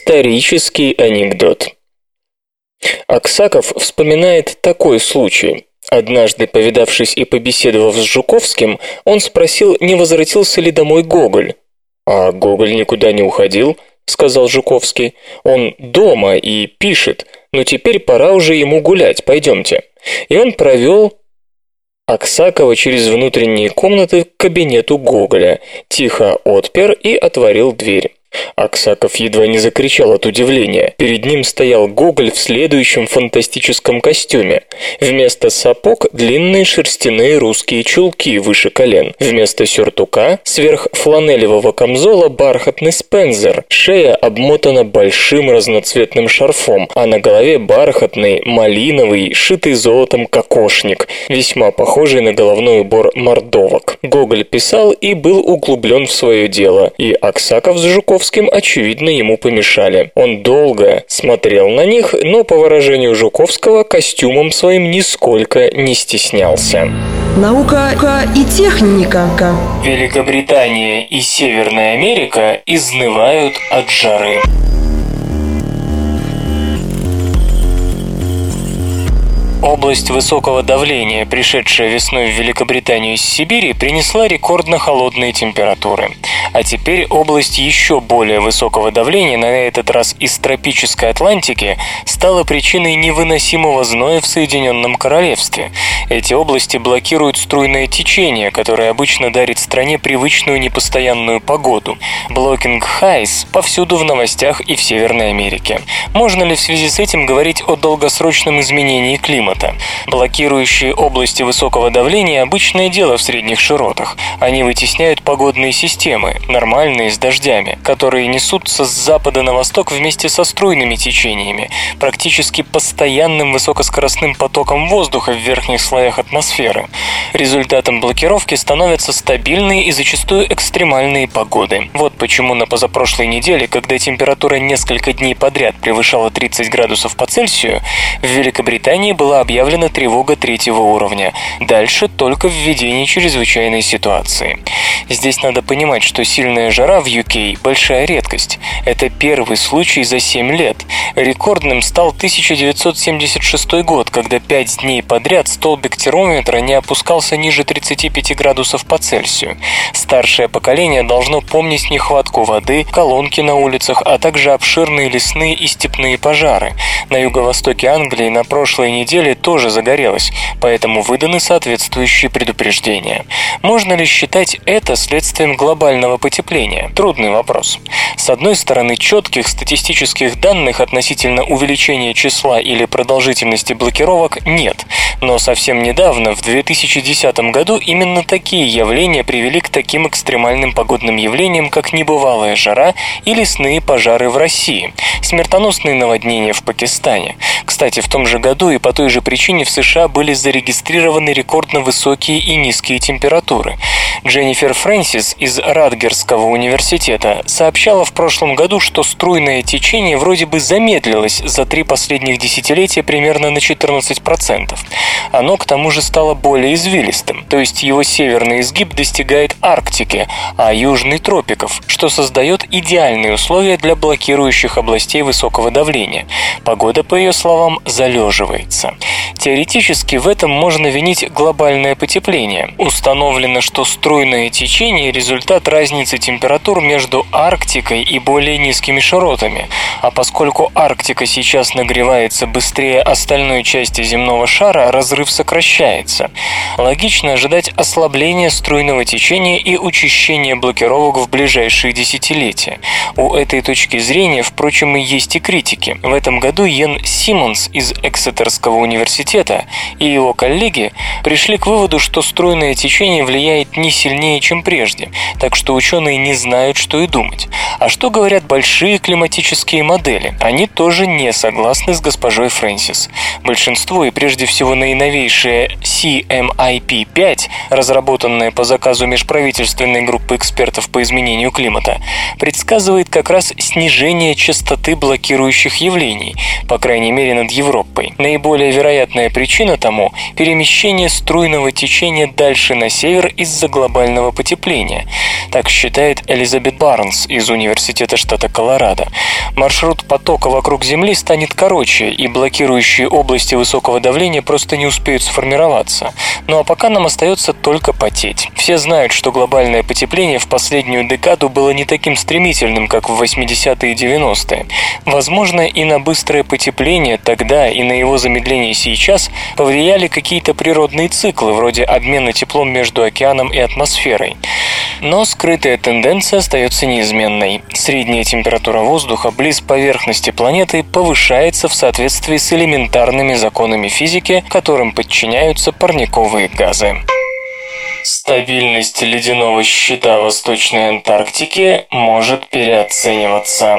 Исторический анекдот. Аксаков вспоминает такой случай. Однажды, повидавшись и побеседовав с Жуковским, он спросил, не возвратился ли домой Гоголь. «А Гоголь никуда не уходил», — сказал Жуковский. «Он дома и пишет, но теперь пора уже ему гулять, пойдемте». И он провел Аксакова через внутренние комнаты к кабинету Гоголя, тихо отпер и отворил дверь. Аксаков едва не закричал от удивления. Перед ним стоял Гоголь в следующем фантастическом костюме. Вместо сапог длинные шерстяные русские чулки выше колен. Вместо сюртука сверх фланелевого камзола бархатный спензер. Шея обмотана большим разноцветным шарфом, а на голове бархатный, малиновый, шитый золотом кокошник, весьма похожий на головной убор мордовок. Гоголь писал и был углублен в свое дело, и Аксаков с Жуковским очевидно ему помешали. Он долго смотрел на них, но по выражению Жуковского костюмом своим нисколько не стеснялся. Наука и техника. Великобритания и Северная Америка изнывают от жары. Область высокого давления, пришедшая весной в Великобританию из Сибири, принесла рекордно холодные температуры. А теперь область еще более высокого давления, на этот раз из тропической Атлантики, стала причиной невыносимого зноя в Соединенном Королевстве. Эти области блокируют струйное течение, которое обычно дарит стране привычную непостоянную погоду. Blocking highs повсюду в новостях и в Северной Америке. Можно ли в связи с этим говорить о долгосрочном изменении климата? Блокирующие области высокого давления – обычное дело в средних широтах. Они вытесняют погодные системы, нормальные с дождями, которые несутся с запада на восток вместе со струйными течениями, практически постоянным высокоскоростным потоком воздуха в верхних слоях атмосферы. Результатом блокировки становятся стабильные и зачастую экстремальные погоды. Вот почему на позапрошлой неделе, когда температура несколько дней подряд превышала 30 градусов по Цельсию, в Великобритании была объявлена тревога 3-го уровня. Дальше только введение чрезвычайной ситуации. Здесь надо понимать, что сильная жара в UK – большая редкость. Это первый случай за 7 лет. Рекордным стал 1976 год, когда 5 дней подряд столбик термометра не опускался ниже 35 градусов по Цельсию. Старшее поколение должно помнить нехватку воды, колонки на улицах, а также обширные лесные и степные пожары. На юго-востоке Англии на прошлой неделе тоже загорелось, поэтому выданы соответствующие предупреждения. Можно ли считать это следствием глобального потепления? Трудный вопрос. С одной стороны, четких статистических данных относительно увеличения числа или продолжительности блокировок нет, но совсем недавно, в 2010 году, именно такие явления привели к таким экстремальным погодным явлениям, как небывалая жара и лесные пожары в России, смертоносные наводнения в Пакистане. Кстати, в том же году и по той же причине в США были зарегистрированы рекордно высокие и низкие температуры. Дженнифер Фрэнсис из Радгерского университета сообщала в прошлом году, что струйное течение вроде бы замедлилось за 3 последних десятилетия примерно на 14%. Оно к тому же стало более извилистым, то есть его северный изгиб достигает Арктики, а южный – тропиков, что создает идеальные условия для блокирующих областей высокого давления. Погода, по ее словам, залеживается. Теоретически в этом можно винить глобальное потепление. Установлено, что струйное течение – результат разницы температур между Арктикой и более низкими широтами. А поскольку Арктика сейчас нагревается быстрее остальной части земного шара, разрыв сокращается. Логично ожидать ослабления струйного течения и учащения блокировок в ближайшие десятилетия. У этой точки зрения, впрочем, и есть и критики. В этом году Йен Симмонс из Эксетерского университета и его коллеги пришли к выводу, что струйное течение влияет не сильнее, чем прежде, так что ученые не знают, что и думать. А что говорят большие климатические модели? Они тоже не согласны с госпожой Фрэнсис. Большинство, и прежде всего наиновейшее CMIP-5, разработанное по заказу межправительственной группы экспертов по изменению климата, предсказывает как раз снижение частоты блокирующих явлений, по крайней мере над Европой. Наиболее вероятная причина тому – перемещение струйного течения дальше на север из-за глобального потепления. Так считает Элизабет Барнс из Университета штата Колорадо. Маршрут потока вокруг Земли станет короче, и блокирующие области высокого давления просто не успеют сформироваться. Ну а пока нам остается только потеть. Все знают, что глобальное потепление в последнюю декаду было не таким стремительным, как в 80-е и 90-е. Возможно, и на быстрое потепление тогда, и на его замедление сейчас повлияли какие-то природные циклы, вроде обмена теплом между океаном и атмосферой. Но скрытая тенденция остается неизменной. Средняя температура воздуха близ поверхности планеты повышается в соответствии с элементарными законами физики, которым подчиняются парниковые газы. Стабильность ледяного щита Восточной Антарктики может переоцениваться.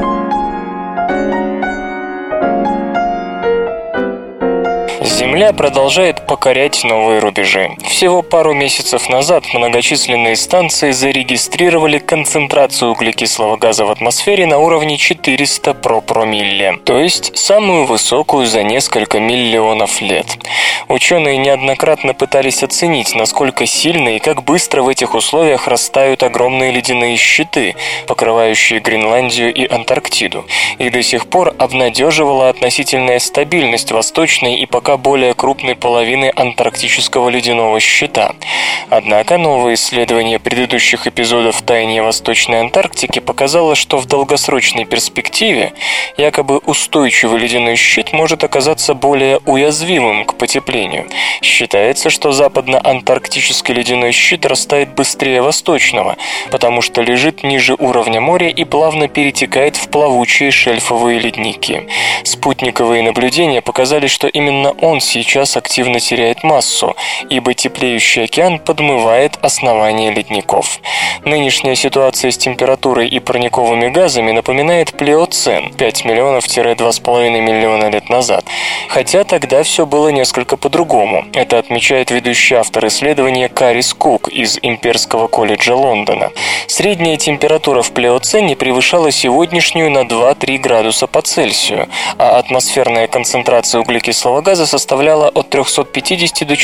Земля продолжает покорять новые рубежи. Всего пару месяцев назад многочисленные станции зарегистрировали концентрацию углекислого газа в атмосфере на уровне 400 промилле, то есть самую высокую за несколько миллионов лет. Ученые неоднократно пытались оценить, насколько сильно и как быстро в этих условиях растают огромные ледяные щиты, покрывающие Гренландию и Антарктиду. И до сих пор обнадеживала относительная стабильность восточной и пока более крупной половины антарктического ледяного щита. Однако новое исследование предыдущих эпизодов таяния Восточной Антарктики показало, что в долгосрочной перспективе якобы устойчивый ледяной щит может оказаться более уязвимым к потеплению. Считается, что западно-антарктический ледяной щит растает быстрее восточного, потому что лежит ниже уровня моря и плавно перетекает в плавучие шельфовые ледники. Спутниковые наблюдения показали, что именно он сейчас активно теряет массу, ибо теплеющий океан подмывает основание ледников. Нынешняя ситуация с температурой и парниковыми газами напоминает плеоцен 5 миллионов-2,5 миллиона лет назад. Хотя тогда все было несколько по-другому. Это отмечает ведущий автор исследования Карис Кук из Имперского колледжа Лондона. Средняя температура в плеоцене превышала сегодняшнюю на 2-3 градуса по Цельсию, а атмосферная концентрация углекислого газа составляла от 350 до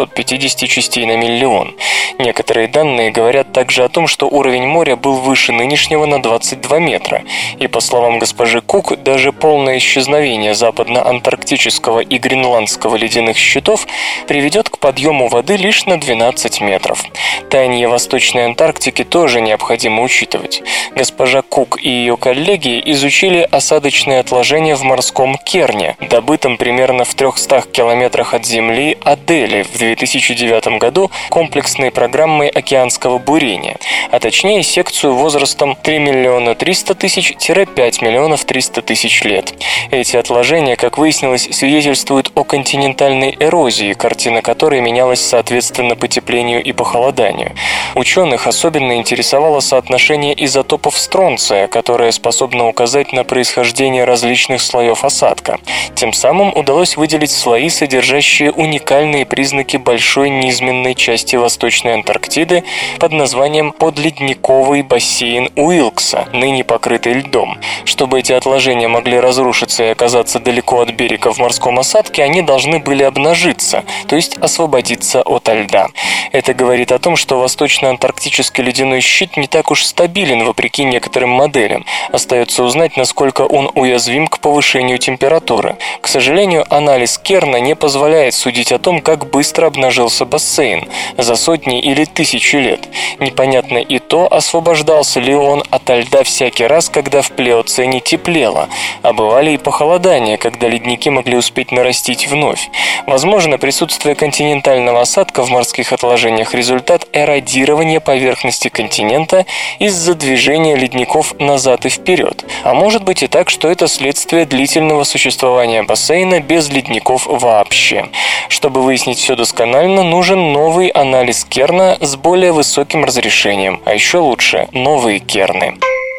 450 частей на миллион. Некоторые данные говорят также о том, что уровень моря был выше нынешнего на 22 метра. И по словам госпожи Кук, даже полное исчезновение западно-антарктического и гренландского ледяных щитов приведет к подъему воды лишь на 12 метров. Таяние Восточной Антарктики тоже необходимо учитывать. Госпожа Кук и ее коллеги изучили осадочные отложения в морском керне, добытом примерно в 300 километрах от Земли Адели в 2009 году комплексной программой океанского бурения, а точнее секцию возрастом 3 миллиона 300 тысяч-5 миллионов 300 тысяч лет. Эти отложения, как выяснилось, свидетельствуют о континентальной эрозии, картина которой менялась соответственно потеплению и похолоданию. Ученых особенно интересовало соотношение изотопов стронция, которое способно указать на происхождение различных слоев осадка. Тем самым удалось выделить слои, содержащие уникальные признаки большой низменной части Восточной Антарктиды под названием подледниковый бассейн Уилкса, ныне покрытый льдом. Чтобы эти отложения могли разрушиться и оказаться далеко от берега в морском осадке, они должны были обнажиться, то есть освободиться от льда. Это говорит о том, что восточно-антарктический ледяной щит не так уж стабилен, вопреки некоторым моделям. Остается узнать, насколько он уязвим к повышению температуры. К сожалению, анализ Керна не позволяет судить о том, как быстро обнажился бассейн за сотни или тысячи лет. Непонятно и то, освобождался ли он от льда всякий раз, когда в плеоцене теплело, а бывали и похолодания, когда ледники могли успеть нарастить вновь. Возможно, присутствие континентального осадка в морских отложениях – результат эродирования поверхности континента из-за движения ледников назад и вперед. А может быть и так, что это следствие длительного существования бассейна без ледников вообще. Чтобы выяснить все досконально, нужен новый анализ Керна с более высоким разрешением, а еще лучше – новые Керны.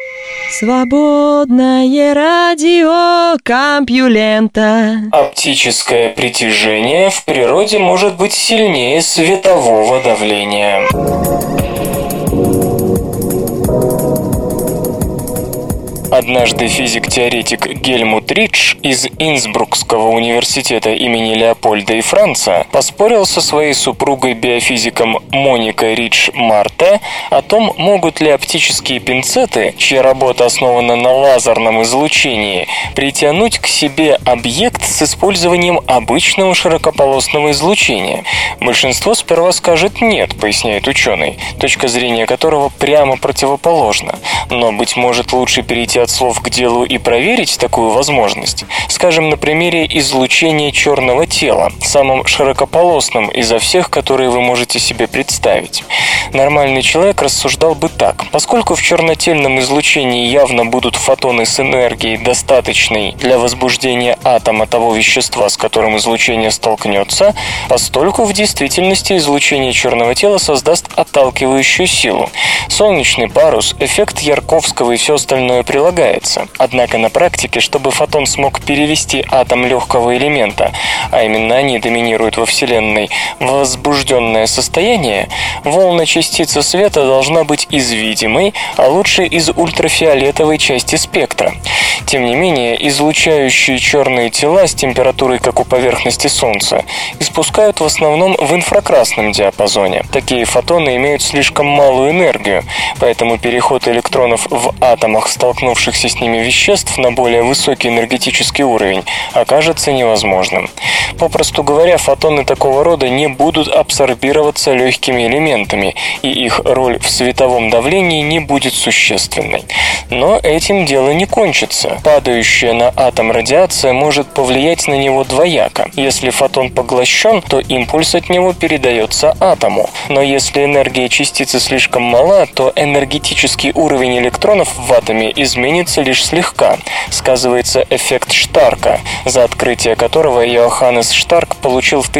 Свободное радио Компьюлента. Оптическое притяжение в природе может быть сильнее светового давления. Однажды физик-теоретик Гельмут Ридж из Инсбрукского университета имени Леопольда и Франца поспорил со своей супругой-биофизиком Моникой Ридж-Марте о том, могут ли оптические пинцеты, чья работа основана на лазерном излучении, притянуть к себе объект с использованием обычного широкополосного излучения. Большинство сперва скажет «нет», поясняет ученый, точка зрения которого прямо противоположна. Но, быть может, лучше перейти от слов к делу и проверить такую возможность? Скажем, на примере излучения черного тела, самым широкополосным изо всех, которые вы можете себе представить. Нормальный человек рассуждал бы так. Поскольку в чернотельном излучении явно будут фотоны с энергией, достаточной для возбуждения атома того вещества, с которым излучение столкнется, постольку в действительности излучение черного тела создаст отталкивающую силу. Солнечный парус, эффект Ярковского и все остальное прилагается. Однако на практике, чтобы фотон смог перевести атом легкого элемента, а именно они доминируют во Вселенной, в возбужденное состояние, волна частицы света должна быть из видимой, а лучше из ультрафиолетовой части спектра. Тем не менее, излучающие черные тела с температурой, как у поверхности Солнца, испускают в основном в инфракрасном диапазоне. Такие фотоны имеют слишком малую энергию, поэтому переход электронов в атомах столкнувшихся с ними веществ на более высокий энергетический уровень окажется невозможным. Попросту говоря, фотоны такого рода не будут абсорбироваться легкими элементами, и их роль в световом давлении не будет существенной. Но этим дело не кончится. Падающая на атом радиация может повлиять на него двояко. Если фотон поглощен, то импульс от него передается атому. Но если энергия частицы слишком мала, то энергетический уровень электронов в атоме изменится лишь слегка. Сказывается эффект Штарка, за открытие которого Йоханнес Штарк получил в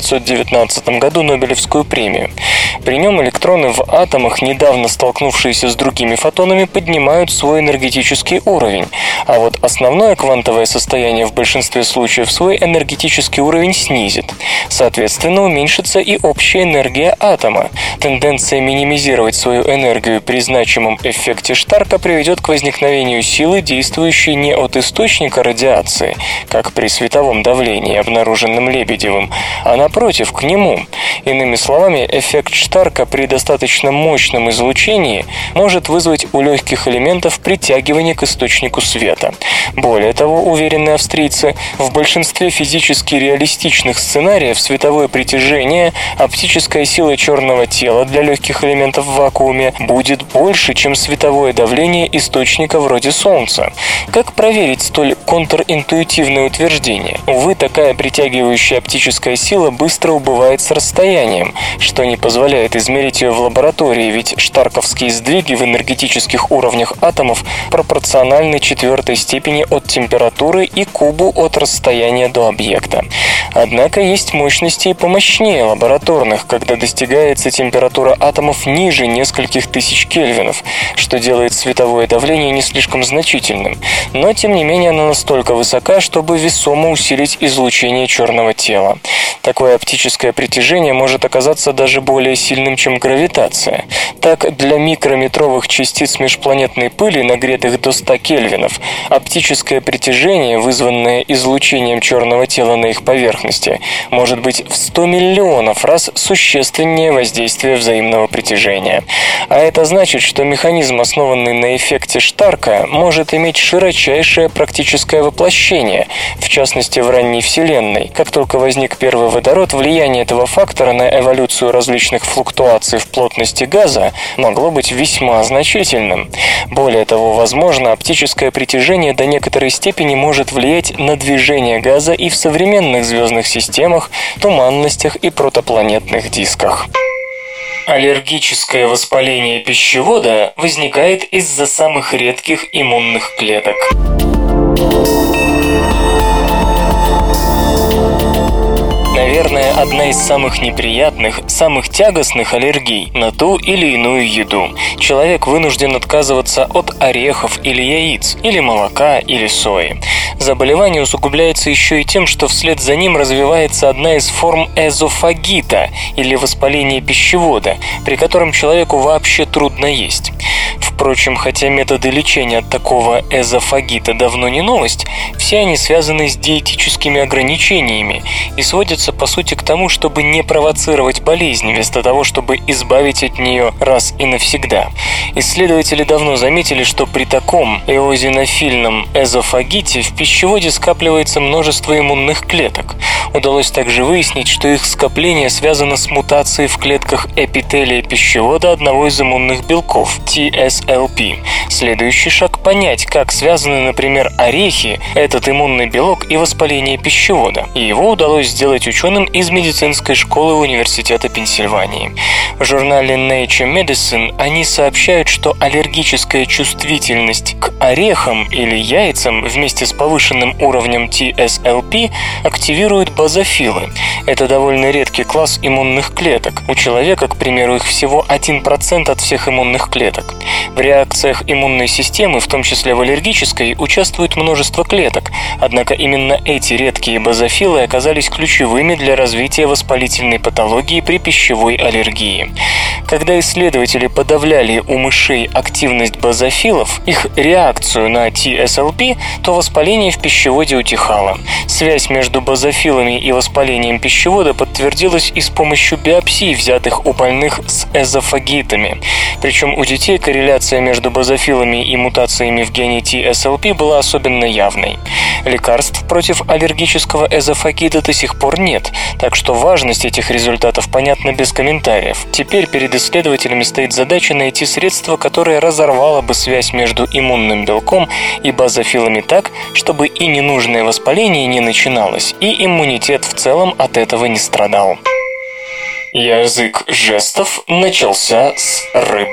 1919 году Нобелевскую премию. При нем электроны в атомах, недавно столкнувшиеся с другими фотонами, поднимают свой энергетический уровень, а вот основное квантовое состояние в большинстве случаев свой энергетический уровень снизит. Соответственно, уменьшится и общая энергия атома. Тенденция минимизировать свою энергию при значимом эффекте Штарка приведет к возникновению силы, действующей не от источника радиации, как при световом давлении, обнаруженном Лебедевым, а напротив, к нему. Иными словами, эффект Штарка при достаточно мощном излучении может вызвать у легких элементов притягивание к источнику света. Более того, уверены австрийцы, в большинстве физически реалистичных сценариев световое притяжение, оптическая сила черного тела для легких элементов в вакууме будет больше, чем световое давление источника вроде Солнца. Как проверить столь контринтуитивное утверждение? Увы, такая притягивающая оптическая сила быстро убывает с расстоянием, что не позволяет измерить ее в лаборатории, ведь штарковские сдвиги в энергетических уровнях атомов пропорциональны четвертой степени от температуры и кубу от расстояния до объекта. Однако есть мощности и помощнее лабораторных, когда достигается температура атомов ниже нескольких тысяч кельвинов, что делает световое давление не слишком значительным. Но, тем не менее, она настолько высока, чтобы весомо усилить излучение черного тела. Такое оптическое притяжение может оказаться даже более сильным, чем гравитация. Так, для микрометровых частиц межпланетной пыли, нагретых до 100 кельвинов, оптическое притяжение, вызванное излучением черного тела на их поверхности, может быть в 100 миллионов раз существеннее воздействия взаимного притяжения. А это значит, что механизм, основанный на эффекте Штарка, может иметь широчайшее практическое воплощение, в частности в ранней Вселенной. Как только возник первый водород, влияние этого фактора на эволюцию различных флуктуаций в плотности газа могло быть весьма значительным. Более того, возможно, оптическое притяжение до некоторой степени может влиять на движение газа и в современных звездных системах, туманностях и протопланетных дисках. Аллергическое воспаление пищевода возникает из-за самых редких иммунных клеток. Наверное, наверное, одна из самых неприятных, самых тягостных аллергий на ту или иную еду. Человек вынужден отказываться от орехов или яиц, или молока, или сои. Заболевание усугубляется еще и тем, что вслед за ним развивается одна из форм эзофагита, или воспаления пищевода, при котором человеку вообще трудно есть. Впрочем, хотя методы лечения от такого эзофагита давно не новость, все они связаны с диетическими ограничениями и сводятся по сути к тому, чтобы не провоцировать болезнь, вместо того, чтобы избавить от нее раз и навсегда. Исследователи давно заметили, что при таком эозинофильном эзофагите в пищеводе скапливается множество иммунных клеток. Удалось также выяснить, что их скопление связано с мутацией в клетках эпителия пищевода одного из иммунных белков – TSLP. Следующий шаг – понять, как связаны, например, орехи, этот иммунный белок и воспаление пищевода. И его удалось сделать ученым из медицинской школы Университета Пенсильвании. В журнале Nature Medicine они сообщают, что аллергическая чувствительность к орехам или яйцам вместе с повышенным уровнем TSLP активирует базофилы. Это довольно редкий класс иммунных клеток. У человека, к примеру, их всего 1% от всех иммунных клеток. В реакциях иммунной системы, в том числе в аллергической, участвует множество клеток, однако именно эти редкие базофилы оказались ключевыми для развития воспалительной патологии при пищевой аллергии. Когда исследователи подавляли у мышей активность базофилов, их реакцию на TSLP, то воспаление в пищеводе утихало. Связь между базофилами и воспалением пищевода подтвердилась и с помощью биопсий, взятых у больных с эзофагитами. Причем у детей корреляция между базофилами и мутациями в гене TSLP была особенно явной. Лекарств против аллергического эзофагита до сих пор нет, так что важность этих результатов понятна без комментариев. Теперь перед исследователями стоит задача найти средство, которое разорвало бы связь между иммунным белком и базофилами так, чтобы и ненужное воспаление не начиналось, и иммунитет в целом от этого не страдал. Язык жестов начался с рыб.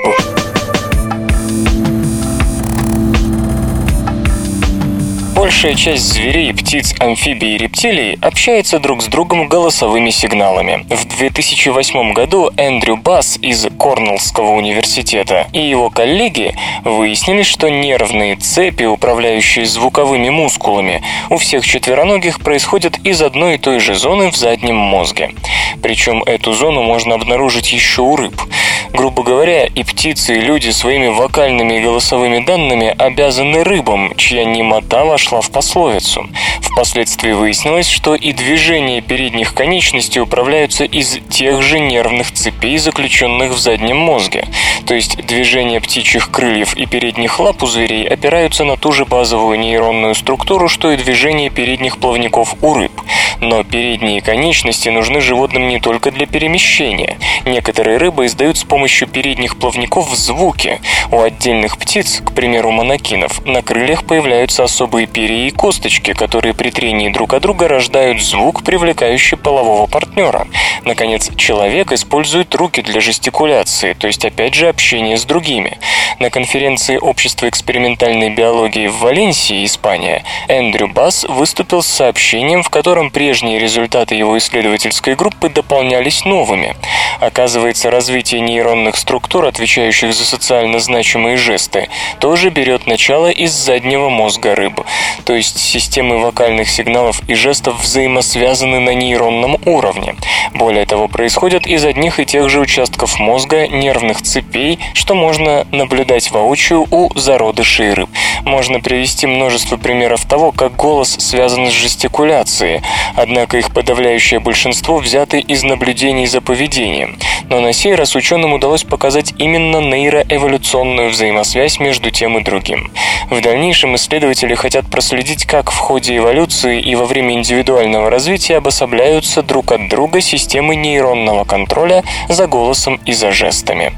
Большая часть зверей, птиц, амфибий и рептилий общается друг с другом голосовыми сигналами. В 2008 году Эндрю Басс из Корнеллского университета и его коллеги выяснили, что нервные цепи, управляющие звуковыми мускулами, у всех четвероногих происходят из одной и той же зоны в заднем мозге. Причем эту зону можно обнаружить еще у рыб. Грубо говоря, и птицы, и люди своими вокальными и голосовыми данными обязаны рыбам, чья немота вошла в пословицу. Впоследствии выяснилось, что и движения передних конечностей управляются из тех же нервных цепей, заключенных в заднем мозге. То есть движения птичьих крыльев и передних лап у зверей опираются на ту же базовую нейронную структуру, что и движения передних плавников у рыб. Но передние конечности нужны животным не только для перемещения. Некоторые рыбы издают с помощью передних плавников звуки. У отдельных птиц, к примеру монокинов, на крыльях появляются особые перья и косточки, которые при трении друг от друга рождают звук, привлекающий полового партнера. Наконец, человек использует руки для жестикуляции, то есть опять же общения с другими. На конференции Общества экспериментальной биологии в Валенсии, Испания, Эндрю Басс выступил с сообщением, в котором прежние результаты его исследовательской группы дополнялись новыми. Оказывается, развитие нейронных структур, отвечающих за социально значимые жесты, тоже берет начало из заднего мозга рыб. То есть системы вокальных сигналов и жестов взаимосвязаны на нейронном уровне. Более того, происходят из одних и тех же участков мозга, нервных цепей, что можно наблюдать воочию у зародышей рыб. Можно привести множество примеров того, как голос связан с жестикуляцией, однако их подавляющее большинство взяты из наблюдений за поведением. Но на сей раз ученым удалось показать именно нейроэволюционную взаимосвязь между тем и другим. В дальнейшем исследователи хотят проследить, как в ходе эволюции и во время индивидуального развития обособляются друг от друга системы нейронного контроля за голосом и за жестами.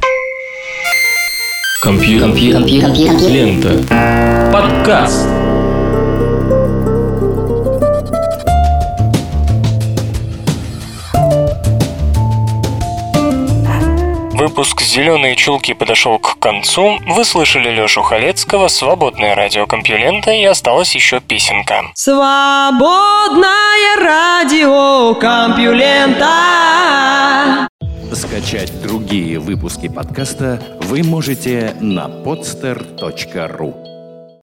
Лента. Подкаст. Выпуск «Зеленые чулки» подошел к концу. Вы слышали Лешу Халецкого, «Свободное радио Компьюлента», и осталась еще песенка. Свободное радио Компьюлента. Скачать другие выпуски подкаста вы можете на podster.ru.